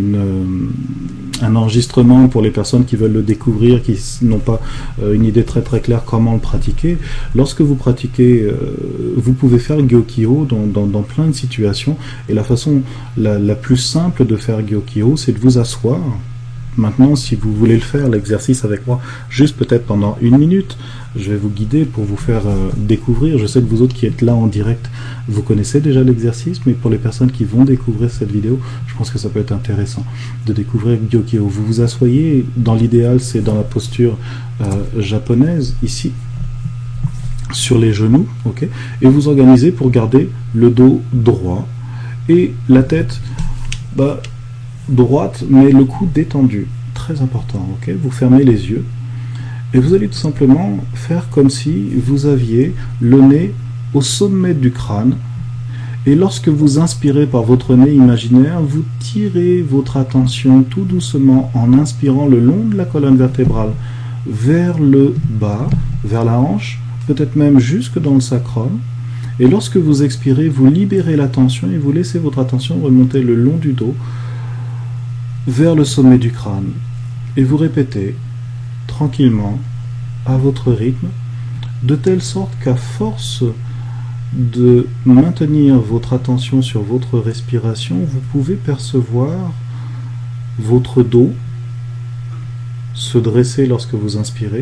un enregistrement pour les personnes qui veulent le découvrir, qui n'ont pas une idée très très claire comment le pratiquer. Lorsque vous pratiquez, vous pouvez faire Gyokiro dans plein de situations. Et la façon la plus simple de faire Gyokiro, c'est de vous asseoir. Maintenant, si vous voulez le faire, l'exercice avec moi, juste peut-être pendant 1 minute, je vais vous guider pour vous faire découvrir. Je sais que vous autres qui êtes là en direct, vous connaissez déjà l'exercice, mais pour les personnes qui vont découvrir cette vidéo, je pense que ça peut être intéressant de découvrir Gyokiro. Vous vous asseyez, dans l'idéal, c'est dans la posture japonaise, ici, sur les genoux, ok, et vous organisez pour garder le dos droit et la tête droite, mais le cou détendu. Très important, ok. Vous fermez les yeux et vous allez tout simplement faire comme si vous aviez le nez au sommet du crâne. Et lorsque vous inspirez par votre nez imaginaire, vous tirez votre attention tout doucement en inspirant le long de la colonne vertébrale vers le bas, vers la hanche, peut-être même jusque dans le sacrum. Et lorsque vous expirez, vous libérez la tension et vous laissez votre attention remonter le long du dos vers le sommet du crâne. Et vous répétez tranquillement, à votre rythme, de telle sorte qu'à force de maintenir votre attention sur votre respiration, vous pouvez percevoir votre dos se dresser lorsque vous inspirez,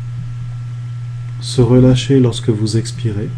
se relâcher lorsque vous expirez,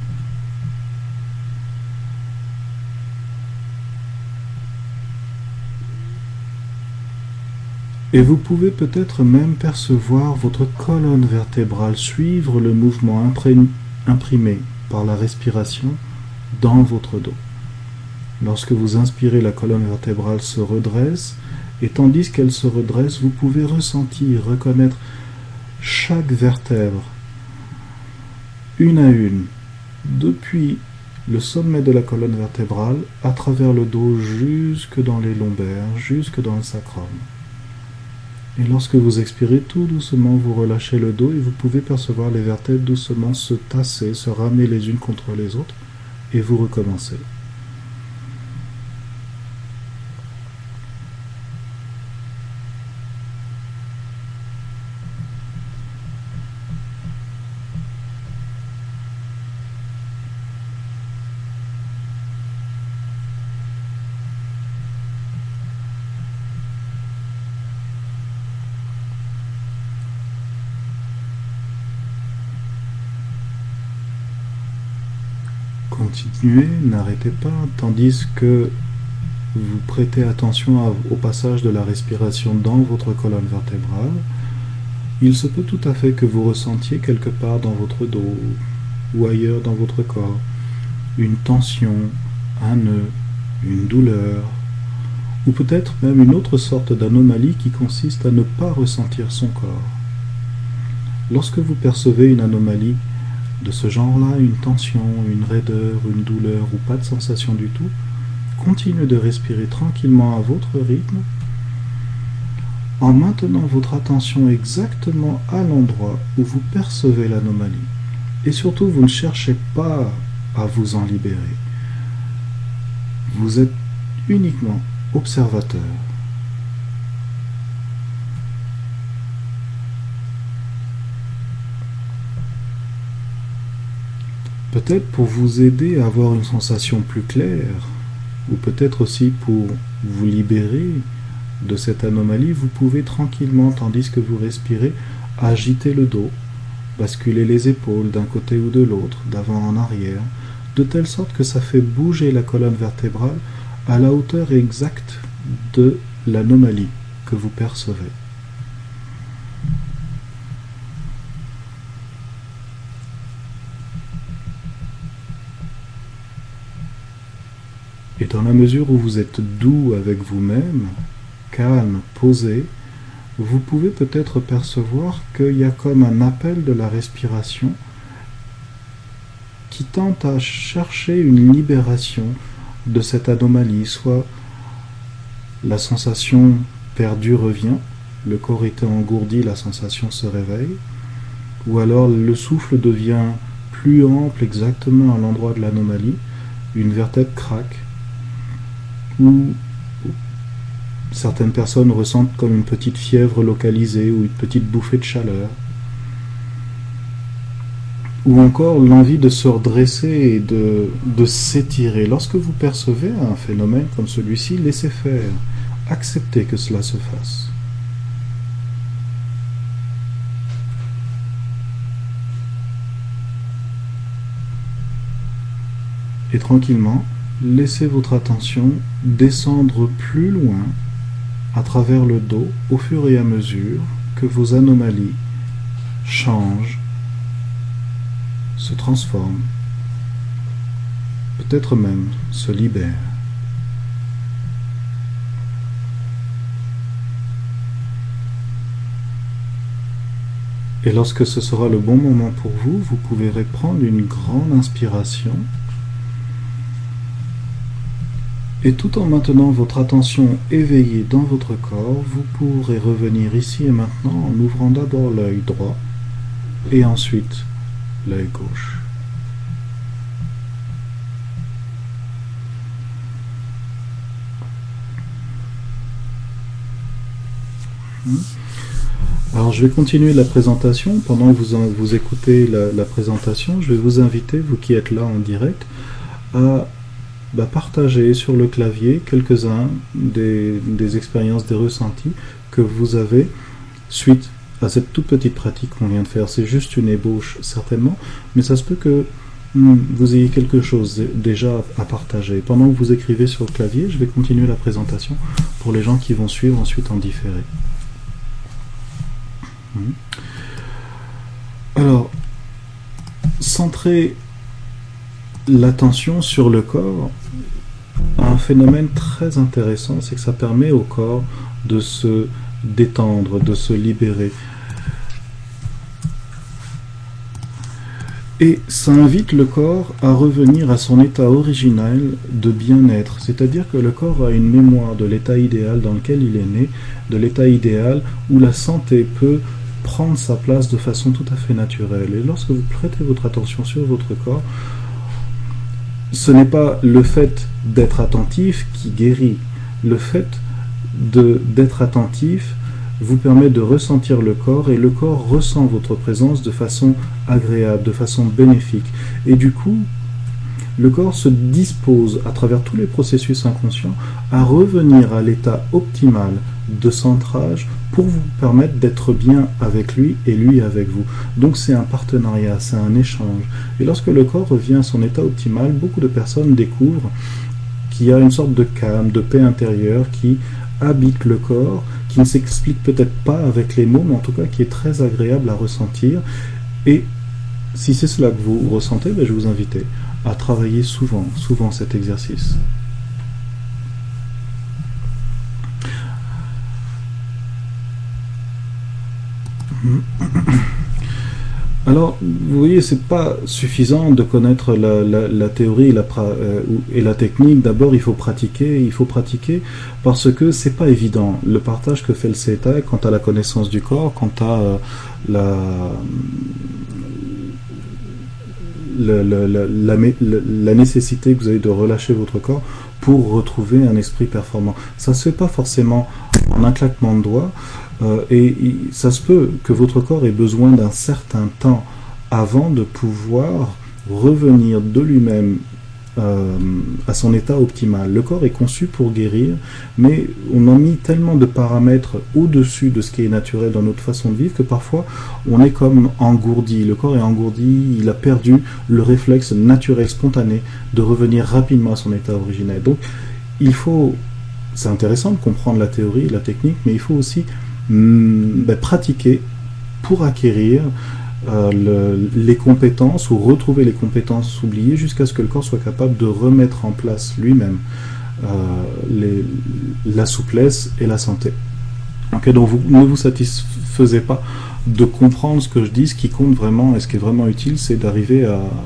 et vous pouvez peut-être même percevoir votre colonne vertébrale suivre le mouvement imprimé par la respiration dans votre dos. Lorsque vous inspirez, la colonne vertébrale se redresse, et tandis qu'elle se redresse, vous pouvez ressentir, reconnaître chaque vertèbre, une à une, depuis le sommet de la colonne vertébrale, à travers le dos, jusque dans les lombaires, jusque dans le sacrum. Et lorsque vous expirez, tout doucement, vous relâchez le dos et vous pouvez percevoir les vertèbres doucement se tasser, se ramener les unes contre les autres, et vous recommencez. Continuez, n'arrêtez pas, tandis que vous prêtez attention au passage de la respiration dans votre colonne vertébrale. Il se peut tout à fait que vous ressentiez quelque part dans votre dos ou ailleurs dans votre corps une tension, un nœud, une douleur, ou peut-être même une autre sorte d'anomalie qui consiste à ne pas ressentir son corps. Lorsque vous percevez une anomalie de ce genre-là, une tension, une raideur, une douleur ou pas de sensation du tout, continuez de respirer tranquillement à votre rythme en maintenant votre attention exactement à l'endroit où vous percevez l'anomalie. Et surtout, vous ne cherchez pas à vous en libérer. Vous êtes uniquement observateur. Peut-être pour vous aider à avoir une sensation plus claire, ou peut-être aussi pour vous libérer de cette anomalie, vous pouvez tranquillement, tandis que vous respirez, agiter le dos, basculer les épaules d'un côté ou de l'autre, d'avant en arrière, de telle sorte que ça fait bouger la colonne vertébrale à la hauteur exacte de l'anomalie que vous percevez. Et dans la mesure où vous êtes doux avec vous-même, calme, posé, vous pouvez peut-être percevoir qu'il y a comme un appel de la respiration qui tente à chercher une libération de cette anomalie, soit la sensation perdue revient, le corps était engourdi, la sensation se réveille, ou alors le souffle devient plus ample exactement à l'endroit de l'anomalie, une vertèbre craque, ou certaines personnes ressentent comme une petite fièvre localisée ou une petite bouffée de chaleur, ou encore l'envie de se redresser et de s'étirer. Lorsque vous percevez un phénomène comme celui-ci, laissez faire, acceptez que cela se fasse. Et tranquillement, laissez votre attention descendre plus loin à travers le dos au fur et à mesure que vos anomalies changent, se transforment, peut-être même se libèrent. Et lorsque ce sera le bon moment pour vous, vous pouvez reprendre une grande inspiration. Et tout en maintenant votre attention éveillée dans votre corps, vous pourrez revenir ici et maintenant en ouvrant d'abord l'œil droit et ensuite l'œil gauche. Alors je vais continuer la présentation. Pendant que vous écoutez la présentation, je vais vous inviter, vous qui êtes là en direct, à partager sur le clavier quelques-uns des expériences, des ressentis que vous avez suite à cette toute petite pratique qu'on vient de faire. C'est juste une ébauche certainement, mais ça se peut que vous ayez quelque chose déjà à partager. Pendant que vous écrivez sur le clavier, je vais continuer la présentation pour les gens qui vont suivre ensuite en différé. Alors, centrer l'attention sur le corps a un phénomène très intéressant, c'est que ça permet au corps de se détendre, de se libérer. Et ça invite le corps à revenir à son état original de bien-être. C'est-à-dire que le corps a une mémoire de l'état idéal dans lequel il est né, de l'état idéal où la santé peut prendre sa place de façon tout à fait naturelle. Et lorsque vous prêtez votre attention sur votre corps, ce n'est pas le fait d'être attentif qui guérit. Le fait d'être attentif vous permet de ressentir le corps, et le corps ressent votre présence de façon agréable, de façon bénéfique. Et du coup, le corps se dispose, à travers tous les processus inconscients, à revenir à l'état optimal de centrage pour vous permettre d'être bien avec lui et lui avec vous. Donc c'est un partenariat, c'est un échange. Et lorsque le corps revient à son état optimal, beaucoup de personnes découvrent qu'il y a une sorte de calme, de paix intérieure qui habite le corps, qui ne s'explique peut-être pas avec les mots, mais en tout cas qui est très agréable à ressentir. Et si c'est cela que vous ressentez, je vous invite à travailler souvent cet exercice. Alors, vous voyez, c'est pas suffisant de connaître la théorie et la technique. D'abord, il faut pratiquer parce que c'est pas évident. Le partage que fait le Setai quant à la connaissance du corps, quant à la nécessité que vous avez de relâcher votre corps pour retrouver un esprit performant. Ça se fait pas forcément en un claquement de doigts. Et ça se peut que votre corps ait besoin d'un certain temps avant de pouvoir revenir de lui-même à son état optimal. Le corps est conçu pour guérir, mais on a mis tellement de paramètres au-dessus de ce qui est naturel dans notre façon de vivre que parfois on est comme engourdi. Le corps est engourdi, il a perdu le réflexe naturel, spontané de revenir rapidement à son état originel. Donc c'est intéressant de comprendre la théorie, la technique, mais il faut aussi pratiquer pour acquérir les compétences ou retrouver les compétences oubliées jusqu'à ce que le corps soit capable de remettre en place lui-même la souplesse et la santé. Okay, donc vous ne vous satisfaisez pas de comprendre ce que je dis. Ce qui compte vraiment et ce qui est vraiment utile, c'est d'arriver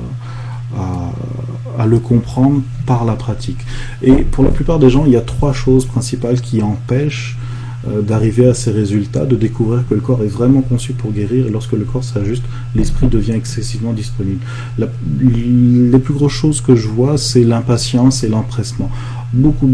à le comprendre par la pratique. Et pour la plupart des gens, il y a 3 choses principales qui empêchent d'arriver à ces résultats, de découvrir que le corps est vraiment conçu pour guérir, et lorsque le corps s'ajuste, l'esprit devient excessivement disponible. Les plus grosses choses que je vois, c'est l'impatience et l'empressement. Beaucoup,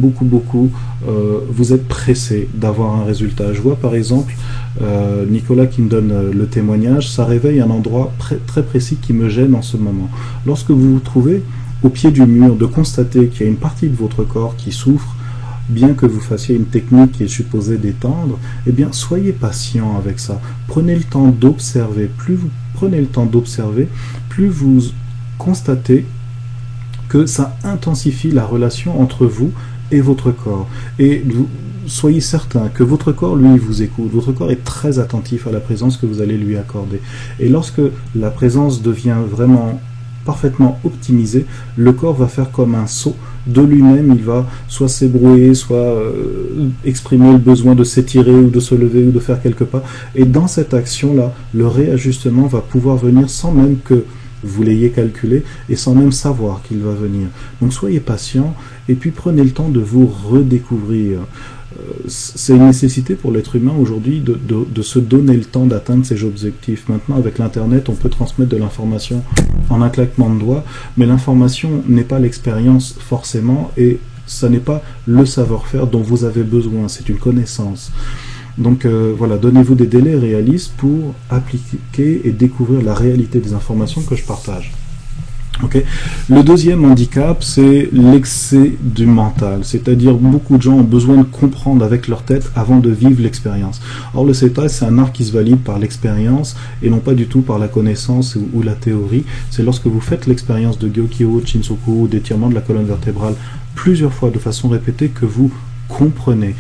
vous êtes pressé d'avoir un résultat. Je vois par exemple Nicolas qui me donne le témoignage, ça réveille un endroit très précis qui me gêne en ce moment. Lorsque vous vous trouvez au pied du mur, de constater qu'il y a une partie de votre corps qui souffre, bien que vous fassiez une technique qui est supposée détendre, eh bien, soyez patient avec ça. Prenez le temps d'observer. Plus vous prenez le temps d'observer, plus vous constatez que ça intensifie la relation entre vous et votre corps. Et soyez certain que votre corps, lui, vous écoute. Votre corps est très attentif à la présence que vous allez lui accorder. Et lorsque la présence devient vraiment parfaitement optimisée, le corps va faire comme un saut de lui-même, il va soit s'ébrouer, soit exprimer le besoin de s'étirer ou de se lever ou de faire quelques pas. Et dans cette action-là, le réajustement va pouvoir venir sans même que vous l'ayez calculé et sans même savoir qu'il va venir. Donc soyez patient et puis prenez le temps de vous redécouvrir. C'est une nécessité pour l'être humain aujourd'hui de se donner le temps d'atteindre ses objectifs. Maintenant, avec l'Internet, on peut transmettre de l'information en un claquement de doigts, mais l'information n'est pas l'expérience forcément, et ça n'est pas le savoir-faire dont vous avez besoin, c'est une connaissance. Donc voilà, donnez-vous des délais réalistes pour appliquer et découvrir la réalité des informations que je partage. Okay. Le deuxième handicap, c'est l'excès du mental, c'est-à-dire beaucoup de gens ont besoin de comprendre avec leur tête avant de vivre l'expérience. Or le Setai, c'est un art qui se valide par l'expérience et non pas du tout par la connaissance ou la théorie. C'est lorsque vous faites l'expérience de Gyokyo, Shinsoku, d'étirement de la colonne vertébrale plusieurs fois de façon répétée que vous comprenez.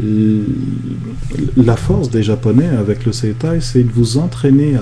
La force des Japonais avec le Setai, c'est de vous entraîner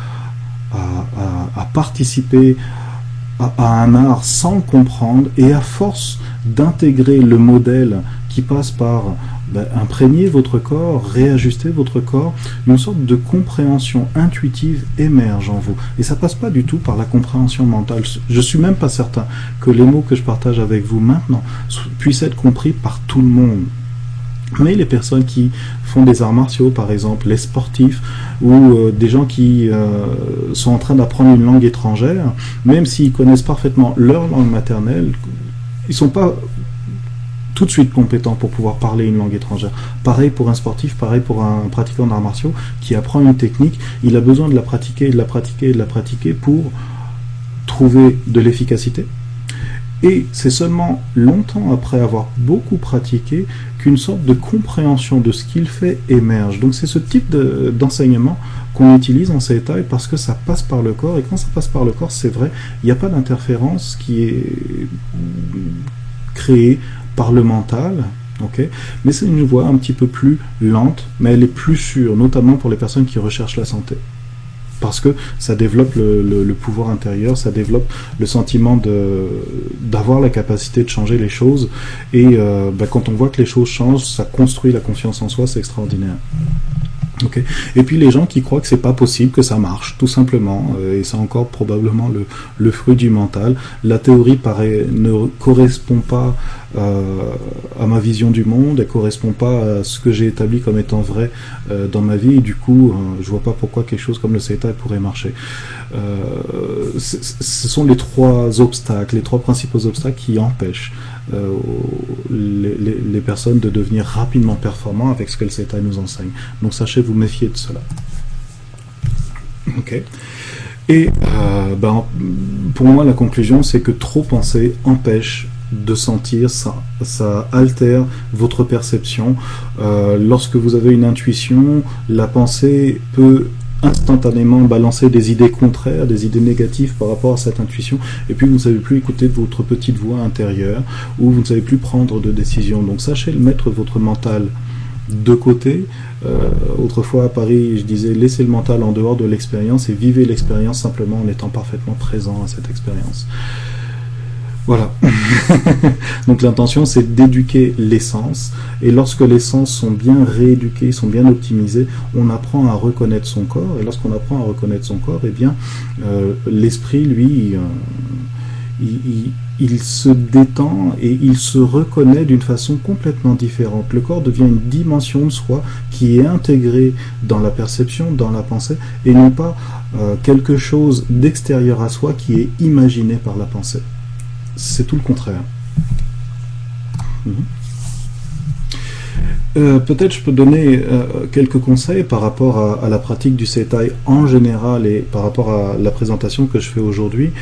à participer à un art sans le comprendre, et à force d'intégrer le modèle qui passe par imprégner votre corps, réajuster votre corps, une sorte de compréhension intuitive émerge en vous. Et ça passe pas du tout par la compréhension mentale. Je suis même pas certain que les mots que je partage avec vous maintenant puissent être compris par tout le monde. Mais les personnes qui font des arts martiaux, par exemple, les sportifs, ou des gens qui sont en train d'apprendre une langue étrangère, même s'ils connaissent parfaitement leur langue maternelle, ils ne sont pas tout de suite compétents pour pouvoir parler une langue étrangère. Pareil pour un sportif, pareil pour un pratiquant d'arts martiaux qui apprend une technique, il a besoin de la pratiquer, de la pratiquer, de la pratiquer pour trouver de l'efficacité. Et c'est seulement longtemps après avoir beaucoup pratiqué qu'une sorte de compréhension de ce qu'il fait émerge. Donc c'est ce type d'enseignement qu'on utilise en Seitai parce que ça passe par le corps, et quand ça passe par le corps, c'est vrai, il n'y a pas d'interférence qui est créée par le mental, okay, mais c'est une voie un petit peu plus lente, mais elle est plus sûre, notamment pour les personnes qui recherchent la santé. Parce que ça développe le pouvoir intérieur, ça développe le sentiment d'avoir la capacité de changer les choses, et quand on voit que les choses changent, ça construit la confiance en soi, c'est extraordinaire. Okay. Et puis les gens qui croient que c'est pas possible, que ça marche, tout simplement, et c'est encore probablement le fruit du mental. La théorie ne correspond pas à ma vision du monde, elle correspond pas à ce que j'ai établi comme étant vrai dans ma vie, et du coup, je vois pas pourquoi quelque chose comme le Seitai pourrait marcher. Ce sont les trois principaux obstacles qui empêchent les personnes de devenir rapidement performants avec ce que le Seitai nous enseigne. Donc sachez vous méfier de cela. Ok. Et pour moi, la conclusion, c'est que trop penser empêche de sentir, ça altère votre perception. Lorsque vous avez une intuition, la pensée peut instantanément balancer des idées contraires, des idées négatives par rapport à cette intuition, et puis vous ne savez plus écouter votre petite voix intérieure, ou vous ne savez plus prendre de décision. Donc sachez mettre votre mental de côté. Autrefois à Paris, je disais laissez le mental en dehors de l'expérience et vivez l'expérience simplement en étant parfaitement présent à cette expérience. Voilà. Donc l'intention, c'est d'éduquer les sens, et lorsque les sens sont bien rééduqués, sont bien optimisés, on apprend à reconnaître son corps, et lorsqu'on apprend à reconnaître son corps, eh bien, l'esprit, lui, il se détend et il se reconnaît d'une façon complètement différente. Le corps devient une dimension de soi qui est intégrée dans la perception, dans la pensée, et non pas quelque chose d'extérieur à soi qui est imaginé par la pensée. C'est tout le contraire. Peut-être je peux donner quelques conseils par rapport à la pratique du Seitai en général et par rapport à la présentation que je fais aujourd'hui.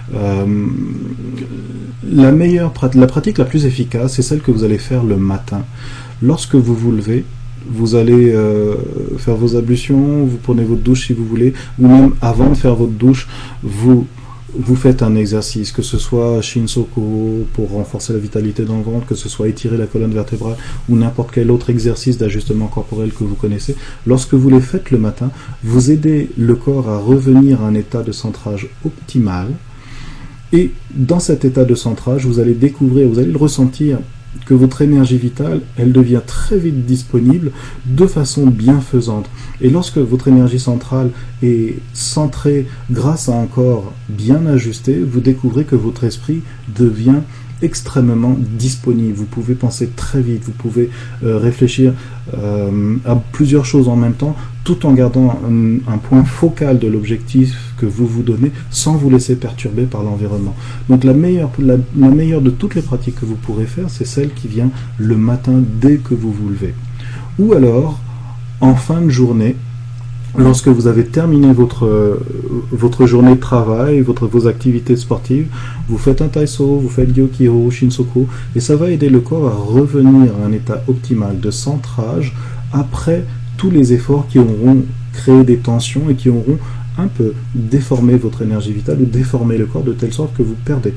La pratique la plus efficace, c'est celle que vous allez faire le matin. Lorsque vous vous levez, vous allez faire vos ablutions, vous prenez votre douche si vous voulez, ou même avant de faire votre douche, vous faites un exercice, que ce soit Shinsoku pour renforcer la vitalité dans le ventre, que ce soit étirer la colonne vertébrale ou n'importe quel autre exercice d'ajustement corporel que vous connaissez. Lorsque vous les faites le matin, vous aidez le corps à revenir à un état de centrage optimal, et dans cet état de centrage, vous allez découvrir, vous allez le ressentir, que votre énergie vitale, elle devient très vite disponible de façon bienfaisante. Et lorsque votre énergie centrale est centrée grâce à un corps bien ajusté, vous découvrez que votre esprit devient extrêmement disponible. Vous pouvez penser très vite, vous pouvez réfléchir à plusieurs choses en même temps, tout en gardant un point focal de l'objectif que vous vous donnez, sans vous laisser perturber par l'environnement. Donc la meilleure de toutes les pratiques que vous pourrez faire, c'est celle qui vient le matin dès que vous vous levez. Ou alors, en fin de journée, lorsque vous avez terminé votre journée de travail, vos activités sportives, vous faites un Taiso, vous faites Gyokyo, Shinsoku, et ça va aider le corps à revenir à un état optimal de centrage après tous les efforts qui auront créé des tensions et qui auront un peu déformé votre énergie vitale ou déformé le corps de telle sorte que vous perdez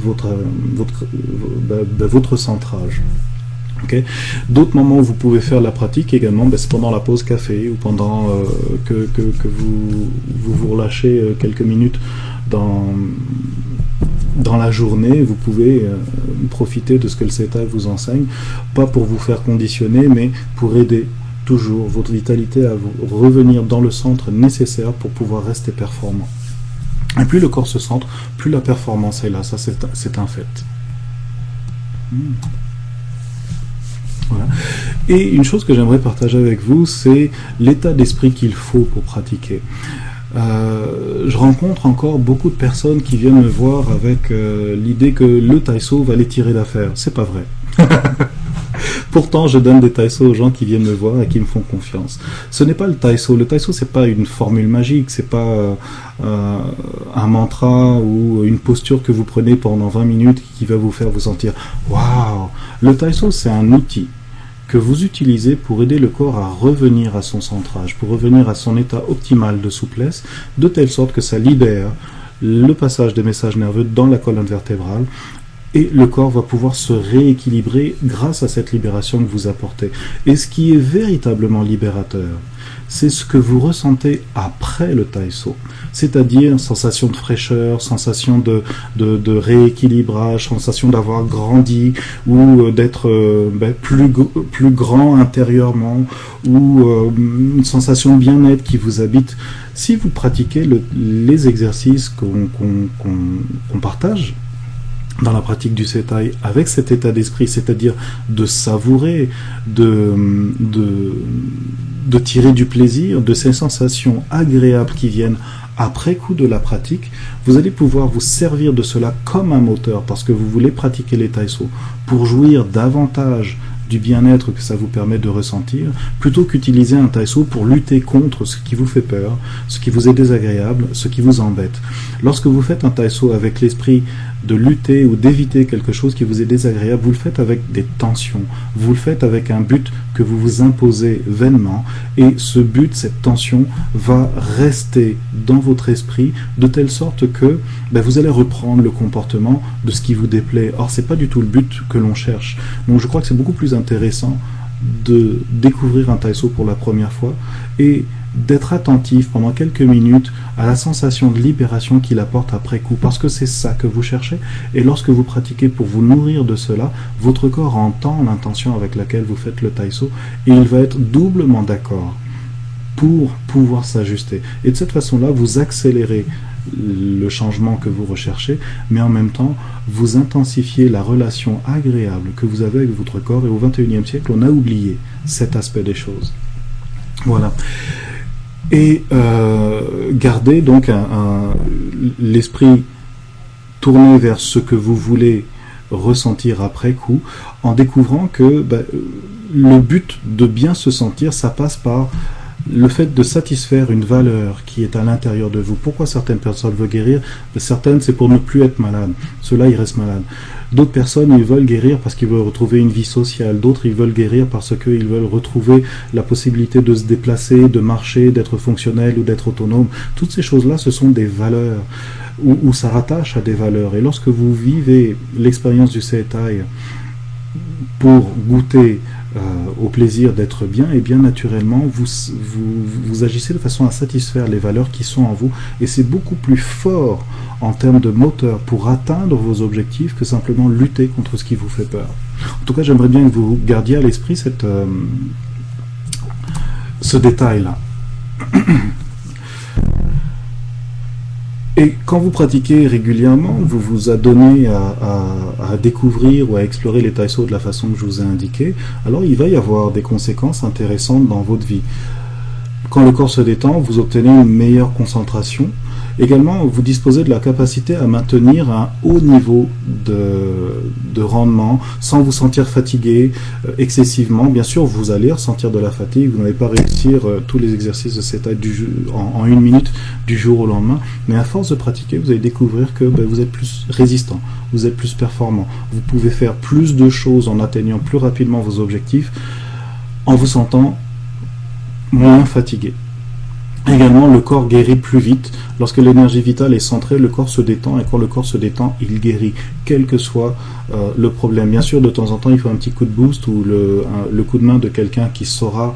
votre centrage. Okay. D'autres moments où vous pouvez faire la pratique également, c'est pendant la pause café ou pendant que vous relâchez quelques minutes dans la journée. Vous pouvez profiter de ce que le Seitai vous enseigne, pas pour vous faire conditionner, mais pour aider toujours votre vitalité à revenir dans le centre nécessaire pour pouvoir rester performant. Et plus le corps se centre, plus la performance est là. Ça, c'est un fait. Voilà. Et une chose que j'aimerais partager avec vous, c'est l'état d'esprit qu'il faut pour pratiquer. Je rencontre encore beaucoup de personnes qui viennent me voir avec l'idée que le Taiso va les tirer d'affaire. C'est pas vrai. Pourtant, je donne des taïsos aux gens qui viennent me voir et qui me font confiance. Ce n'est pas le taïso. Le taïso, c'est pas une formule magique, c'est pas un mantra ou une posture que vous prenez pendant 20 minutes qui va vous faire vous sentir waouh. Le taïso, c'est un outil que vous utilisez pour aider le corps à revenir à son centrage, pour revenir à son état optimal de souplesse, de telle sorte que ça libère le passage des messages nerveux dans la colonne vertébrale, et le corps va pouvoir se rééquilibrer grâce à cette libération que vous apportez. Et ce qui est véritablement libérateur, c'est ce que vous ressentez après le taïso, c'est-à-dire sensation de fraîcheur, sensation de rééquilibrage, sensation d'avoir grandi ou d'être plus grand intérieurement, ou une sensation de bien-être qui vous habite. Si vous pratiquez les exercices qu'on partage dans la pratique du Setai, avec cet état d'esprit, c'est-à-dire de savourer, de tirer du plaisir, de ces sensations agréables qui viennent après coup de la pratique, vous allez pouvoir vous servir de cela comme un moteur, parce que vous voulez pratiquer les taïsos pour jouir davantage du bien-être que ça vous permet de ressentir, plutôt qu'utiliser un taïso pour lutter contre ce qui vous fait peur, ce qui vous est désagréable, ce qui vous embête. Lorsque vous faites un taïso avec l'esprit de lutter ou d'éviter quelque chose qui vous est désagréable, vous le faites avec des tensions, vous le faites avec un but que vous vous imposez vainement, et ce but, cette tension, va rester dans votre esprit de telle sorte que vous allez reprendre le comportement de ce qui vous déplaît. Or, c'est pas du tout le but que l'on cherche. Donc je crois que c'est beaucoup plus intéressant de découvrir un taïso pour la première fois et d'être attentif pendant quelques minutes à la sensation de libération qu'il apporte après coup, parce que c'est ça que vous cherchez, et lorsque vous pratiquez pour vous nourrir de cela, votre corps entend l'intention avec laquelle vous faites le taïso, et il va être doublement d'accord pour pouvoir s'ajuster. Et de cette façon-là, vous accélérez le changement que vous recherchez, mais en même temps, vous intensifiez la relation agréable que vous avez avec votre corps, et au XXIe siècle, on a oublié cet aspect des choses. Voilà. Et gardez donc l'esprit tourné vers ce que vous voulez ressentir après coup, en découvrant que le but de bien se sentir, ça passe par le fait de satisfaire une valeur qui est à l'intérieur de vous. Pourquoi certaines personnes veulent guérir? Certaines, c'est pour ne plus être malades. Ceux-là, ils restent malades. D'autres personnes, ils veulent guérir parce qu'ils veulent retrouver une vie sociale. D'autres, ils veulent guérir parce qu'ils veulent retrouver la possibilité de se déplacer, de marcher, d'être fonctionnel ou d'être autonome. Toutes ces choses-là, ce sont des valeurs, ou ça rattache à des valeurs. Et lorsque vous vivez l'expérience du Setai pour goûter au plaisir d'être bien, et bien naturellement vous agissez de façon à satisfaire les valeurs qui sont en vous, et c'est beaucoup plus fort en termes de moteur pour atteindre vos objectifs que simplement lutter contre ce qui vous fait peur. En tout cas, j'aimerais bien que vous gardiez à l'esprit ce détail-là. Et quand vous pratiquez régulièrement, vous vous adonnez à découvrir ou à explorer les taïsos de la façon que je vous ai indiqué, alors il va y avoir des conséquences intéressantes dans votre vie. Quand le corps se détend, vous obtenez une meilleure concentration. Également, vous disposez de la capacité à maintenir un haut niveau de rendement sans vous sentir fatigué excessivement. Bien sûr, vous allez ressentir de la fatigue, vous n'allez pas réussir tous les exercices de cet acte en une minute du jour au lendemain, mais à force de pratiquer, vous allez découvrir que vous êtes plus résistant, vous êtes plus performant, vous pouvez faire plus de choses en atteignant plus rapidement vos objectifs en vous sentant moins fatigué. Également, le corps guérit plus vite. Lorsque l'énergie vitale est centrée, le corps se détend, et quand le corps se détend, il guérit, quel que soit le problème. Bien sûr, de temps en temps, il faut un petit coup de boost ou le coup de main de quelqu'un qui saura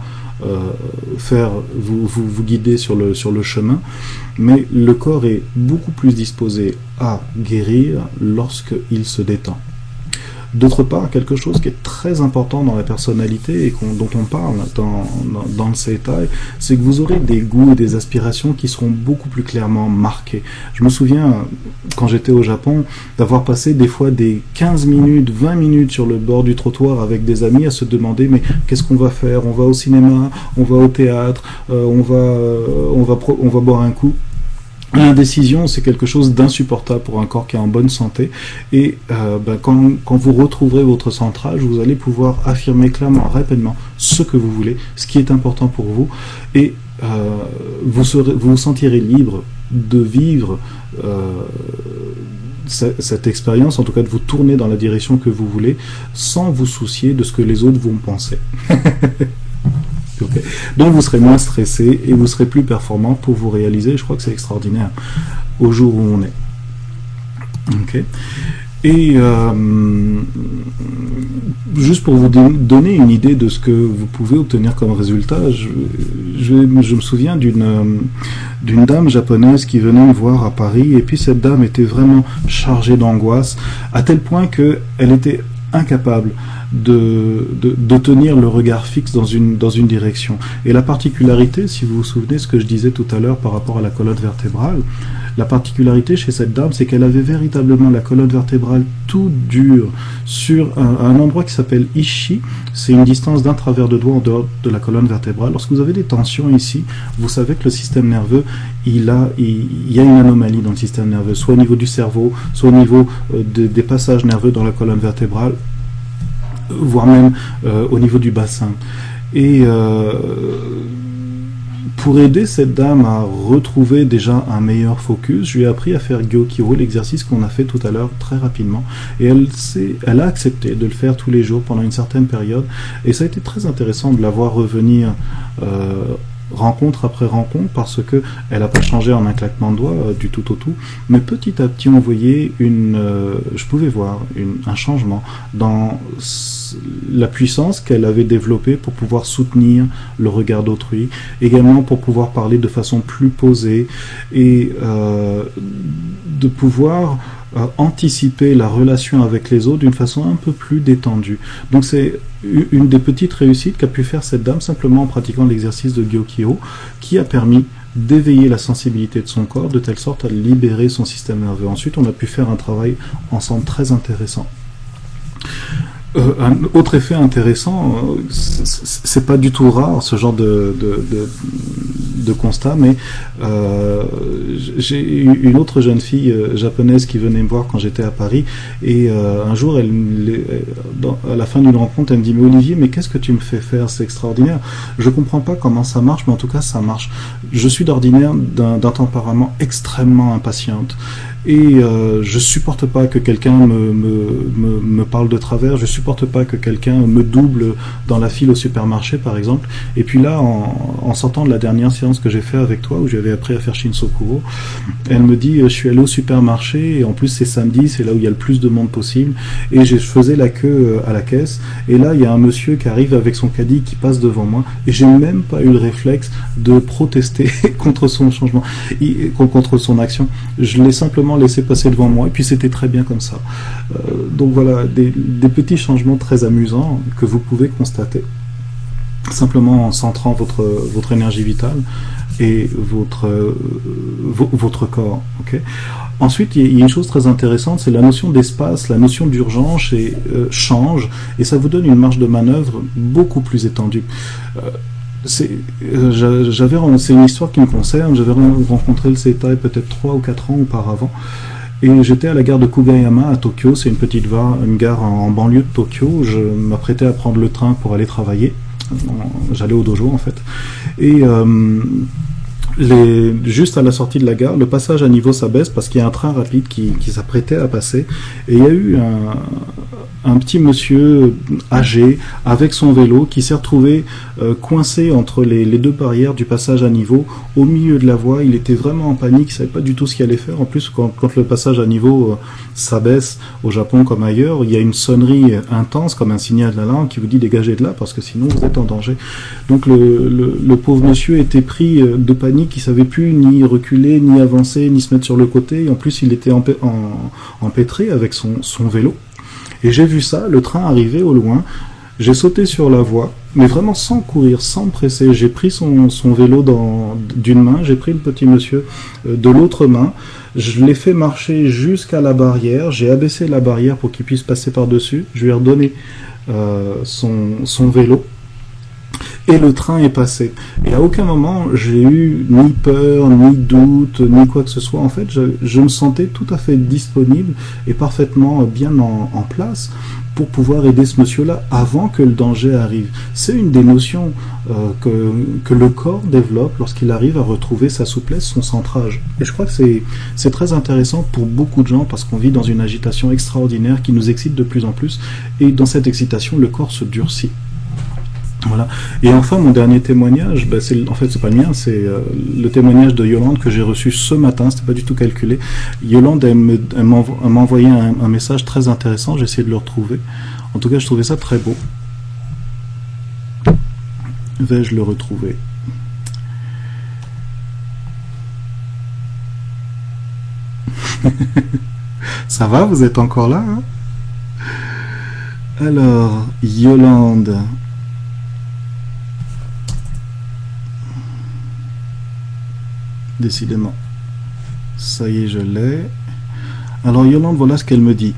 vous guider sur le chemin, mais le corps est beaucoup plus disposé à guérir lorsqu'il se détend. D'autre part, quelque chose qui est très important dans la personnalité et dont on parle dans le Setai, c'est que vous aurez des goûts et des aspirations qui seront beaucoup plus clairement marqués. Je me souviens, quand j'étais au Japon, d'avoir passé des fois des 15 minutes, 20 minutes sur le bord du trottoir avec des amis à se demander mais qu'est-ce qu'on va faire? On va au cinéma, on va au théâtre, on va boire un coup. L'indécision, c'est quelque chose d'insupportable pour un corps qui est en bonne santé. Et quand vous retrouverez votre centrage, vous allez pouvoir affirmer clairement, rapidement, ce que vous voulez, ce qui est important pour vous. Et vous vous sentirez libre de vivre cette expérience, en tout cas de vous tourner dans la direction que vous voulez, sans vous soucier de ce que les autres vont penser. Okay. Donc vous serez moins stressé et vous serez plus performant pour vous réaliser. Je crois que c'est extraordinaire au jour où on est. Okay. Et juste pour vous donner une idée de ce que vous pouvez obtenir comme résultat, je me souviens d'une dame japonaise qui venait me voir à Paris, et puis cette dame était vraiment chargée d'angoisse, à tel point qu'elle était incapable de tenir le regard fixe dans une direction. Et la particularité, si vous vous souvenez ce que je disais tout à l'heure par rapport à la colonne vertébrale, la particularité chez cette dame, c'est qu'elle avait véritablement la colonne vertébrale tout dure sur un endroit qui s'appelle Ishi. C'est une distance d'un travers de doigt en dehors de la colonne vertébrale. Lorsque vous avez des tensions ici, vous savez que le système nerveux, il y a une anomalie dans le système nerveux, soit au niveau du cerveau, soit au niveau des passages nerveux dans la colonne vertébrale, voire même au niveau du bassin. Et pour aider cette dame à retrouver déjà un meilleur focus, je lui ai appris à faire Gyokiro, l'exercice qu'on a fait tout à l'heure très rapidement, et elle a accepté de le faire tous les jours pendant une certaine période, et ça a été très intéressant de la voir revenir rencontre après rencontre, parce que elle n'a pas changé en un claquement de doigts du tout au tout, mais petit à petit on voyait je pouvais voir un changement dans la puissance qu'elle avait développée pour pouvoir soutenir le regard d'autrui, également pour pouvoir parler de façon plus posée et de pouvoir anticiper la relation avec les autres d'une façon un peu plus détendue. Donc c'est une des petites réussites qu'a pu faire cette dame simplement en pratiquant l'exercice de Gyokiro, qui a permis d'éveiller la sensibilité de son corps de telle sorte à libérer son système nerveux. Ensuite, on a pu faire un travail ensemble très intéressant. Un autre effet intéressant, c'est pas du tout rare ce genre de constat, mais j'ai eu une autre jeune fille japonaise qui venait me voir quand j'étais à Paris, et un jour, à la fin d'une rencontre, elle me dit « Mais Olivier, mais qu'est-ce que tu me fais faire? C'est extraordinaire. Je comprends pas comment ça marche, mais en tout cas, ça marche. Je suis d'ordinaire d'un tempérament extrêmement impatiente. Et je supporte pas que quelqu'un me parle de travers, je supporte pas que quelqu'un me double dans la file au supermarché par exemple. Et puis là, en sortant de la dernière séance que j'ai fait avec toi, où j'avais appris à faire Shinsokuro, elle me dit je suis allé au supermarché, et en plus c'est samedi, c'est là où il y a le plus de monde possible, et je faisais la queue à la caisse, et là il y a un monsieur qui arrive avec son caddie qui passe devant moi, et j'ai même pas eu le réflexe de protester contre son changement, contre son action. Je l'ai simplement laissé passer devant moi, et puis c'était très bien comme ça. Donc voilà, des petits changements très amusants que vous pouvez constater simplement en centrant votre énergie vitale et votre corps. Okay. Ensuite, il y a une chose très intéressante, c'est la notion d'espace, la notion d'urgence change, et ça vous donne une marge de manœuvre beaucoup plus étendue. C'est une histoire qui me concerne. J'avais rencontré le Setai peut-être 3 ou 4 ans auparavant, et j'étais à la gare de Kugayama à Tokyo. C'est une gare en banlieue de Tokyo. Je m'apprêtais à prendre le train pour aller travailler. J'allais au dojo en fait, et juste à la sortie de la gare, le passage à niveau s'abaisse parce qu'il y a un train rapide qui s'apprêtait à passer, et il y a eu un petit monsieur âgé avec son vélo qui s'est retrouvé coincé entre les deux barrières du passage à niveau au milieu de la voie. Il était vraiment en panique, il savait pas du tout ce qu'il allait faire. En plus, quand le passage à niveau s'abaisse au Japon comme ailleurs, il y a une sonnerie intense comme un signal d'alarme qui vous dit dégagez de là parce que sinon vous êtes en danger. Donc le pauvre monsieur était pris de panique, il savait plus ni reculer, ni avancer, ni se mettre sur le côté, et en plus il était empêtré avec son vélo. Et j'ai vu ça, le train arriver au loin, j'ai sauté sur la voie, mais vraiment sans courir, sans me presser. J'ai pris son vélo d'une main, j'ai pris le petit monsieur de l'autre main, je l'ai fait marcher jusqu'à la barrière, j'ai abaissé la barrière pour qu'il puisse passer par-dessus, je lui ai redonné son vélo, et le train est passé. Et à aucun moment j'ai eu ni peur, ni doute, ni quoi que ce soit. En fait, je me sentais tout à fait disponible et parfaitement bien en place pour pouvoir aider ce monsieur-là avant que le danger arrive. C'est une des notions que le corps développe lorsqu'il arrive à retrouver sa souplesse, son centrage. Et je crois que c'est très intéressant pour beaucoup de gens parce qu'on vit dans une agitation extraordinaire qui nous excite de plus en plus et dans cette excitation, le corps se durcit. Voilà. Et enfin, mon dernier témoignage, en fait, c'est pas le mien, c'est le témoignage de Yolande que j'ai reçu ce matin, c'était pas du tout calculé. Yolande, elle m'a envoyé un message très intéressant, j'ai essayé de le retrouver. En tout cas, je trouvais ça très beau. Vais-je le retrouver? Ça va, vous êtes encore là, hein? Alors, Yolande... Décidément. Ça y est, je l'ai. Alors Yolande, voilà ce qu'elle me dit.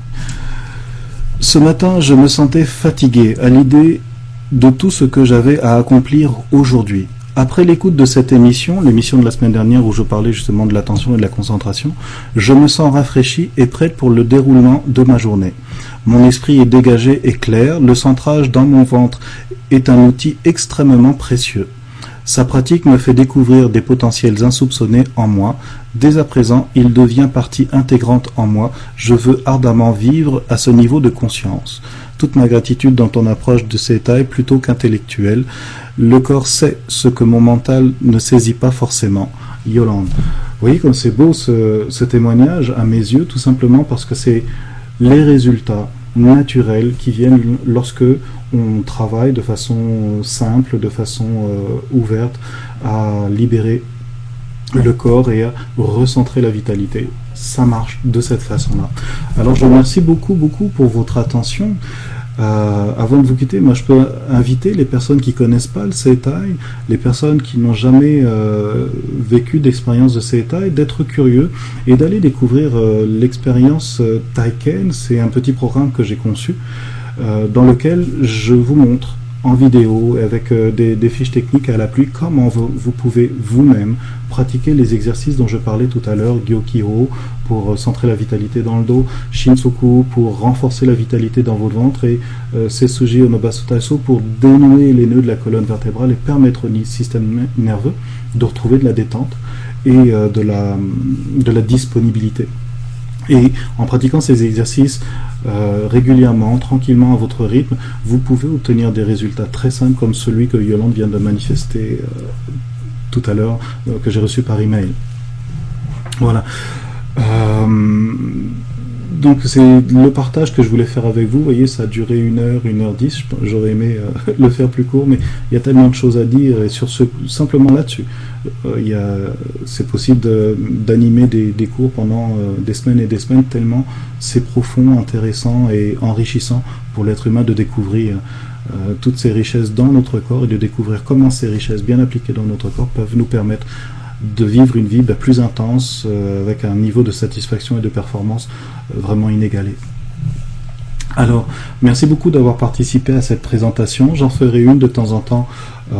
Ce matin, je me sentais fatigué à l'idée de tout ce que j'avais à accomplir aujourd'hui. Après l'écoute de cette émission, l'émission de la semaine dernière où je parlais justement de l'attention et de la concentration, je me sens rafraîchi et prête pour le déroulement de ma journée. Mon esprit est dégagé et clair, le centrage dans mon ventre est un outil extrêmement précieux. Sa pratique me fait découvrir des potentiels insoupçonnés en moi. Dès à présent, il devient partie intégrante en moi. Je veux ardemment vivre à ce niveau de conscience. Toute ma gratitude dans ton approche de ces tailles plutôt qu'intellectuelle. Le corps sait ce que mon mental ne saisit pas forcément. Yolande. Vous voyez comme c'est beau ce témoignage à mes yeux, tout simplement parce que c'est les résultats naturels qui viennent lorsque on travaille de façon simple, de façon ouverte à libérer le corps et à recentrer la vitalité. Ça marche de cette façon-là. Alors je vous remercie beaucoup pour votre attention. Avant de vous quitter, moi je peux inviter les personnes qui connaissent pas le Seitai, les personnes qui n'ont jamais vécu d'expérience de Seitai, d'être curieux et d'aller découvrir l'expérience Taiken. C'est un petit programme que j'ai conçu dans lequel je vous montre en vidéo avec des fiches techniques à l'appui comment vous pouvez vous-même pratiquer les exercices dont je parlais tout à l'heure, Gyokiro pour centrer la vitalité dans le dos, Shinsoku pour renforcer la vitalité dans votre ventre et Setsuji Onobasu Taiso pour dénouer les nœuds de la colonne vertébrale et permettre au système nerveux de retrouver de la détente et de la disponibilité. Et en pratiquant ces exercices régulièrement, tranquillement à votre rythme, vous pouvez obtenir des résultats très simples comme celui que Yolande vient de manifester tout à l'heure, que j'ai reçu par email. Voilà. Donc c'est le partage que je voulais faire avec vous. Vous voyez, ça a duré 1h10. J'aurais aimé le faire plus court, mais il y a tellement de choses à dire et sur simplement là-dessus. C'est possible d'animer des cours pendant des semaines et des semaines, tellement c'est profond, intéressant et enrichissant pour l'être humain de découvrir toutes ces richesses dans notre corps et de découvrir comment ces richesses bien appliquées dans notre corps peuvent nous permettre de vivre une vie plus intense, avec un niveau de satisfaction et de performance vraiment inégalé. Alors, merci beaucoup d'avoir participé à cette présentation. J'en ferai une de temps en temps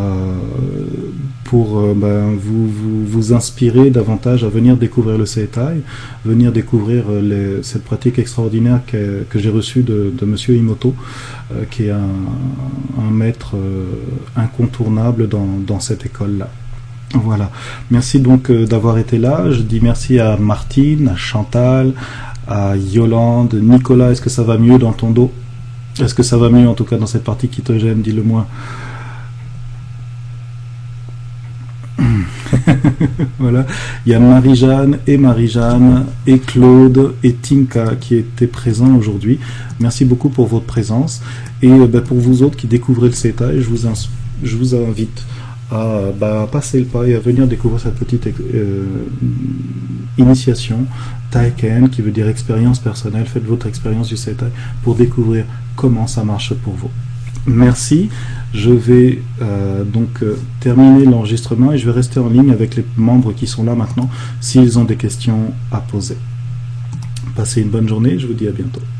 pour vous inspirer davantage à venir découvrir le Seitai, venir découvrir cette pratique extraordinaire que j'ai reçue de Monsieur Imoto, qui est un maître incontournable dans cette école-là. Voilà. Merci donc d'avoir été là. Je dis merci à Martine, à Chantal, à Yolande, Nicolas. Est-ce que ça va mieux dans ton dos? Est-ce que ça va mieux en tout cas dans cette partie qui te gêne? Dis-le moi. Voilà. Il y a Marie-Jeanne et Claude et Tinka qui étaient présents aujourd'hui. Merci beaucoup pour votre présence. Et pour vous autres qui découvrez le Seitai, je vous invite à passer le pas et à venir découvrir cette petite initiation Taiken, qui veut dire expérience personnelle. Faites votre expérience du Seitai pour découvrir comment ça marche pour vous. Merci. Je vais donc terminer l'enregistrement et je vais rester en ligne avec les membres qui sont là maintenant s'ils ont des questions à poser. Passez une bonne journée, je vous dis à bientôt.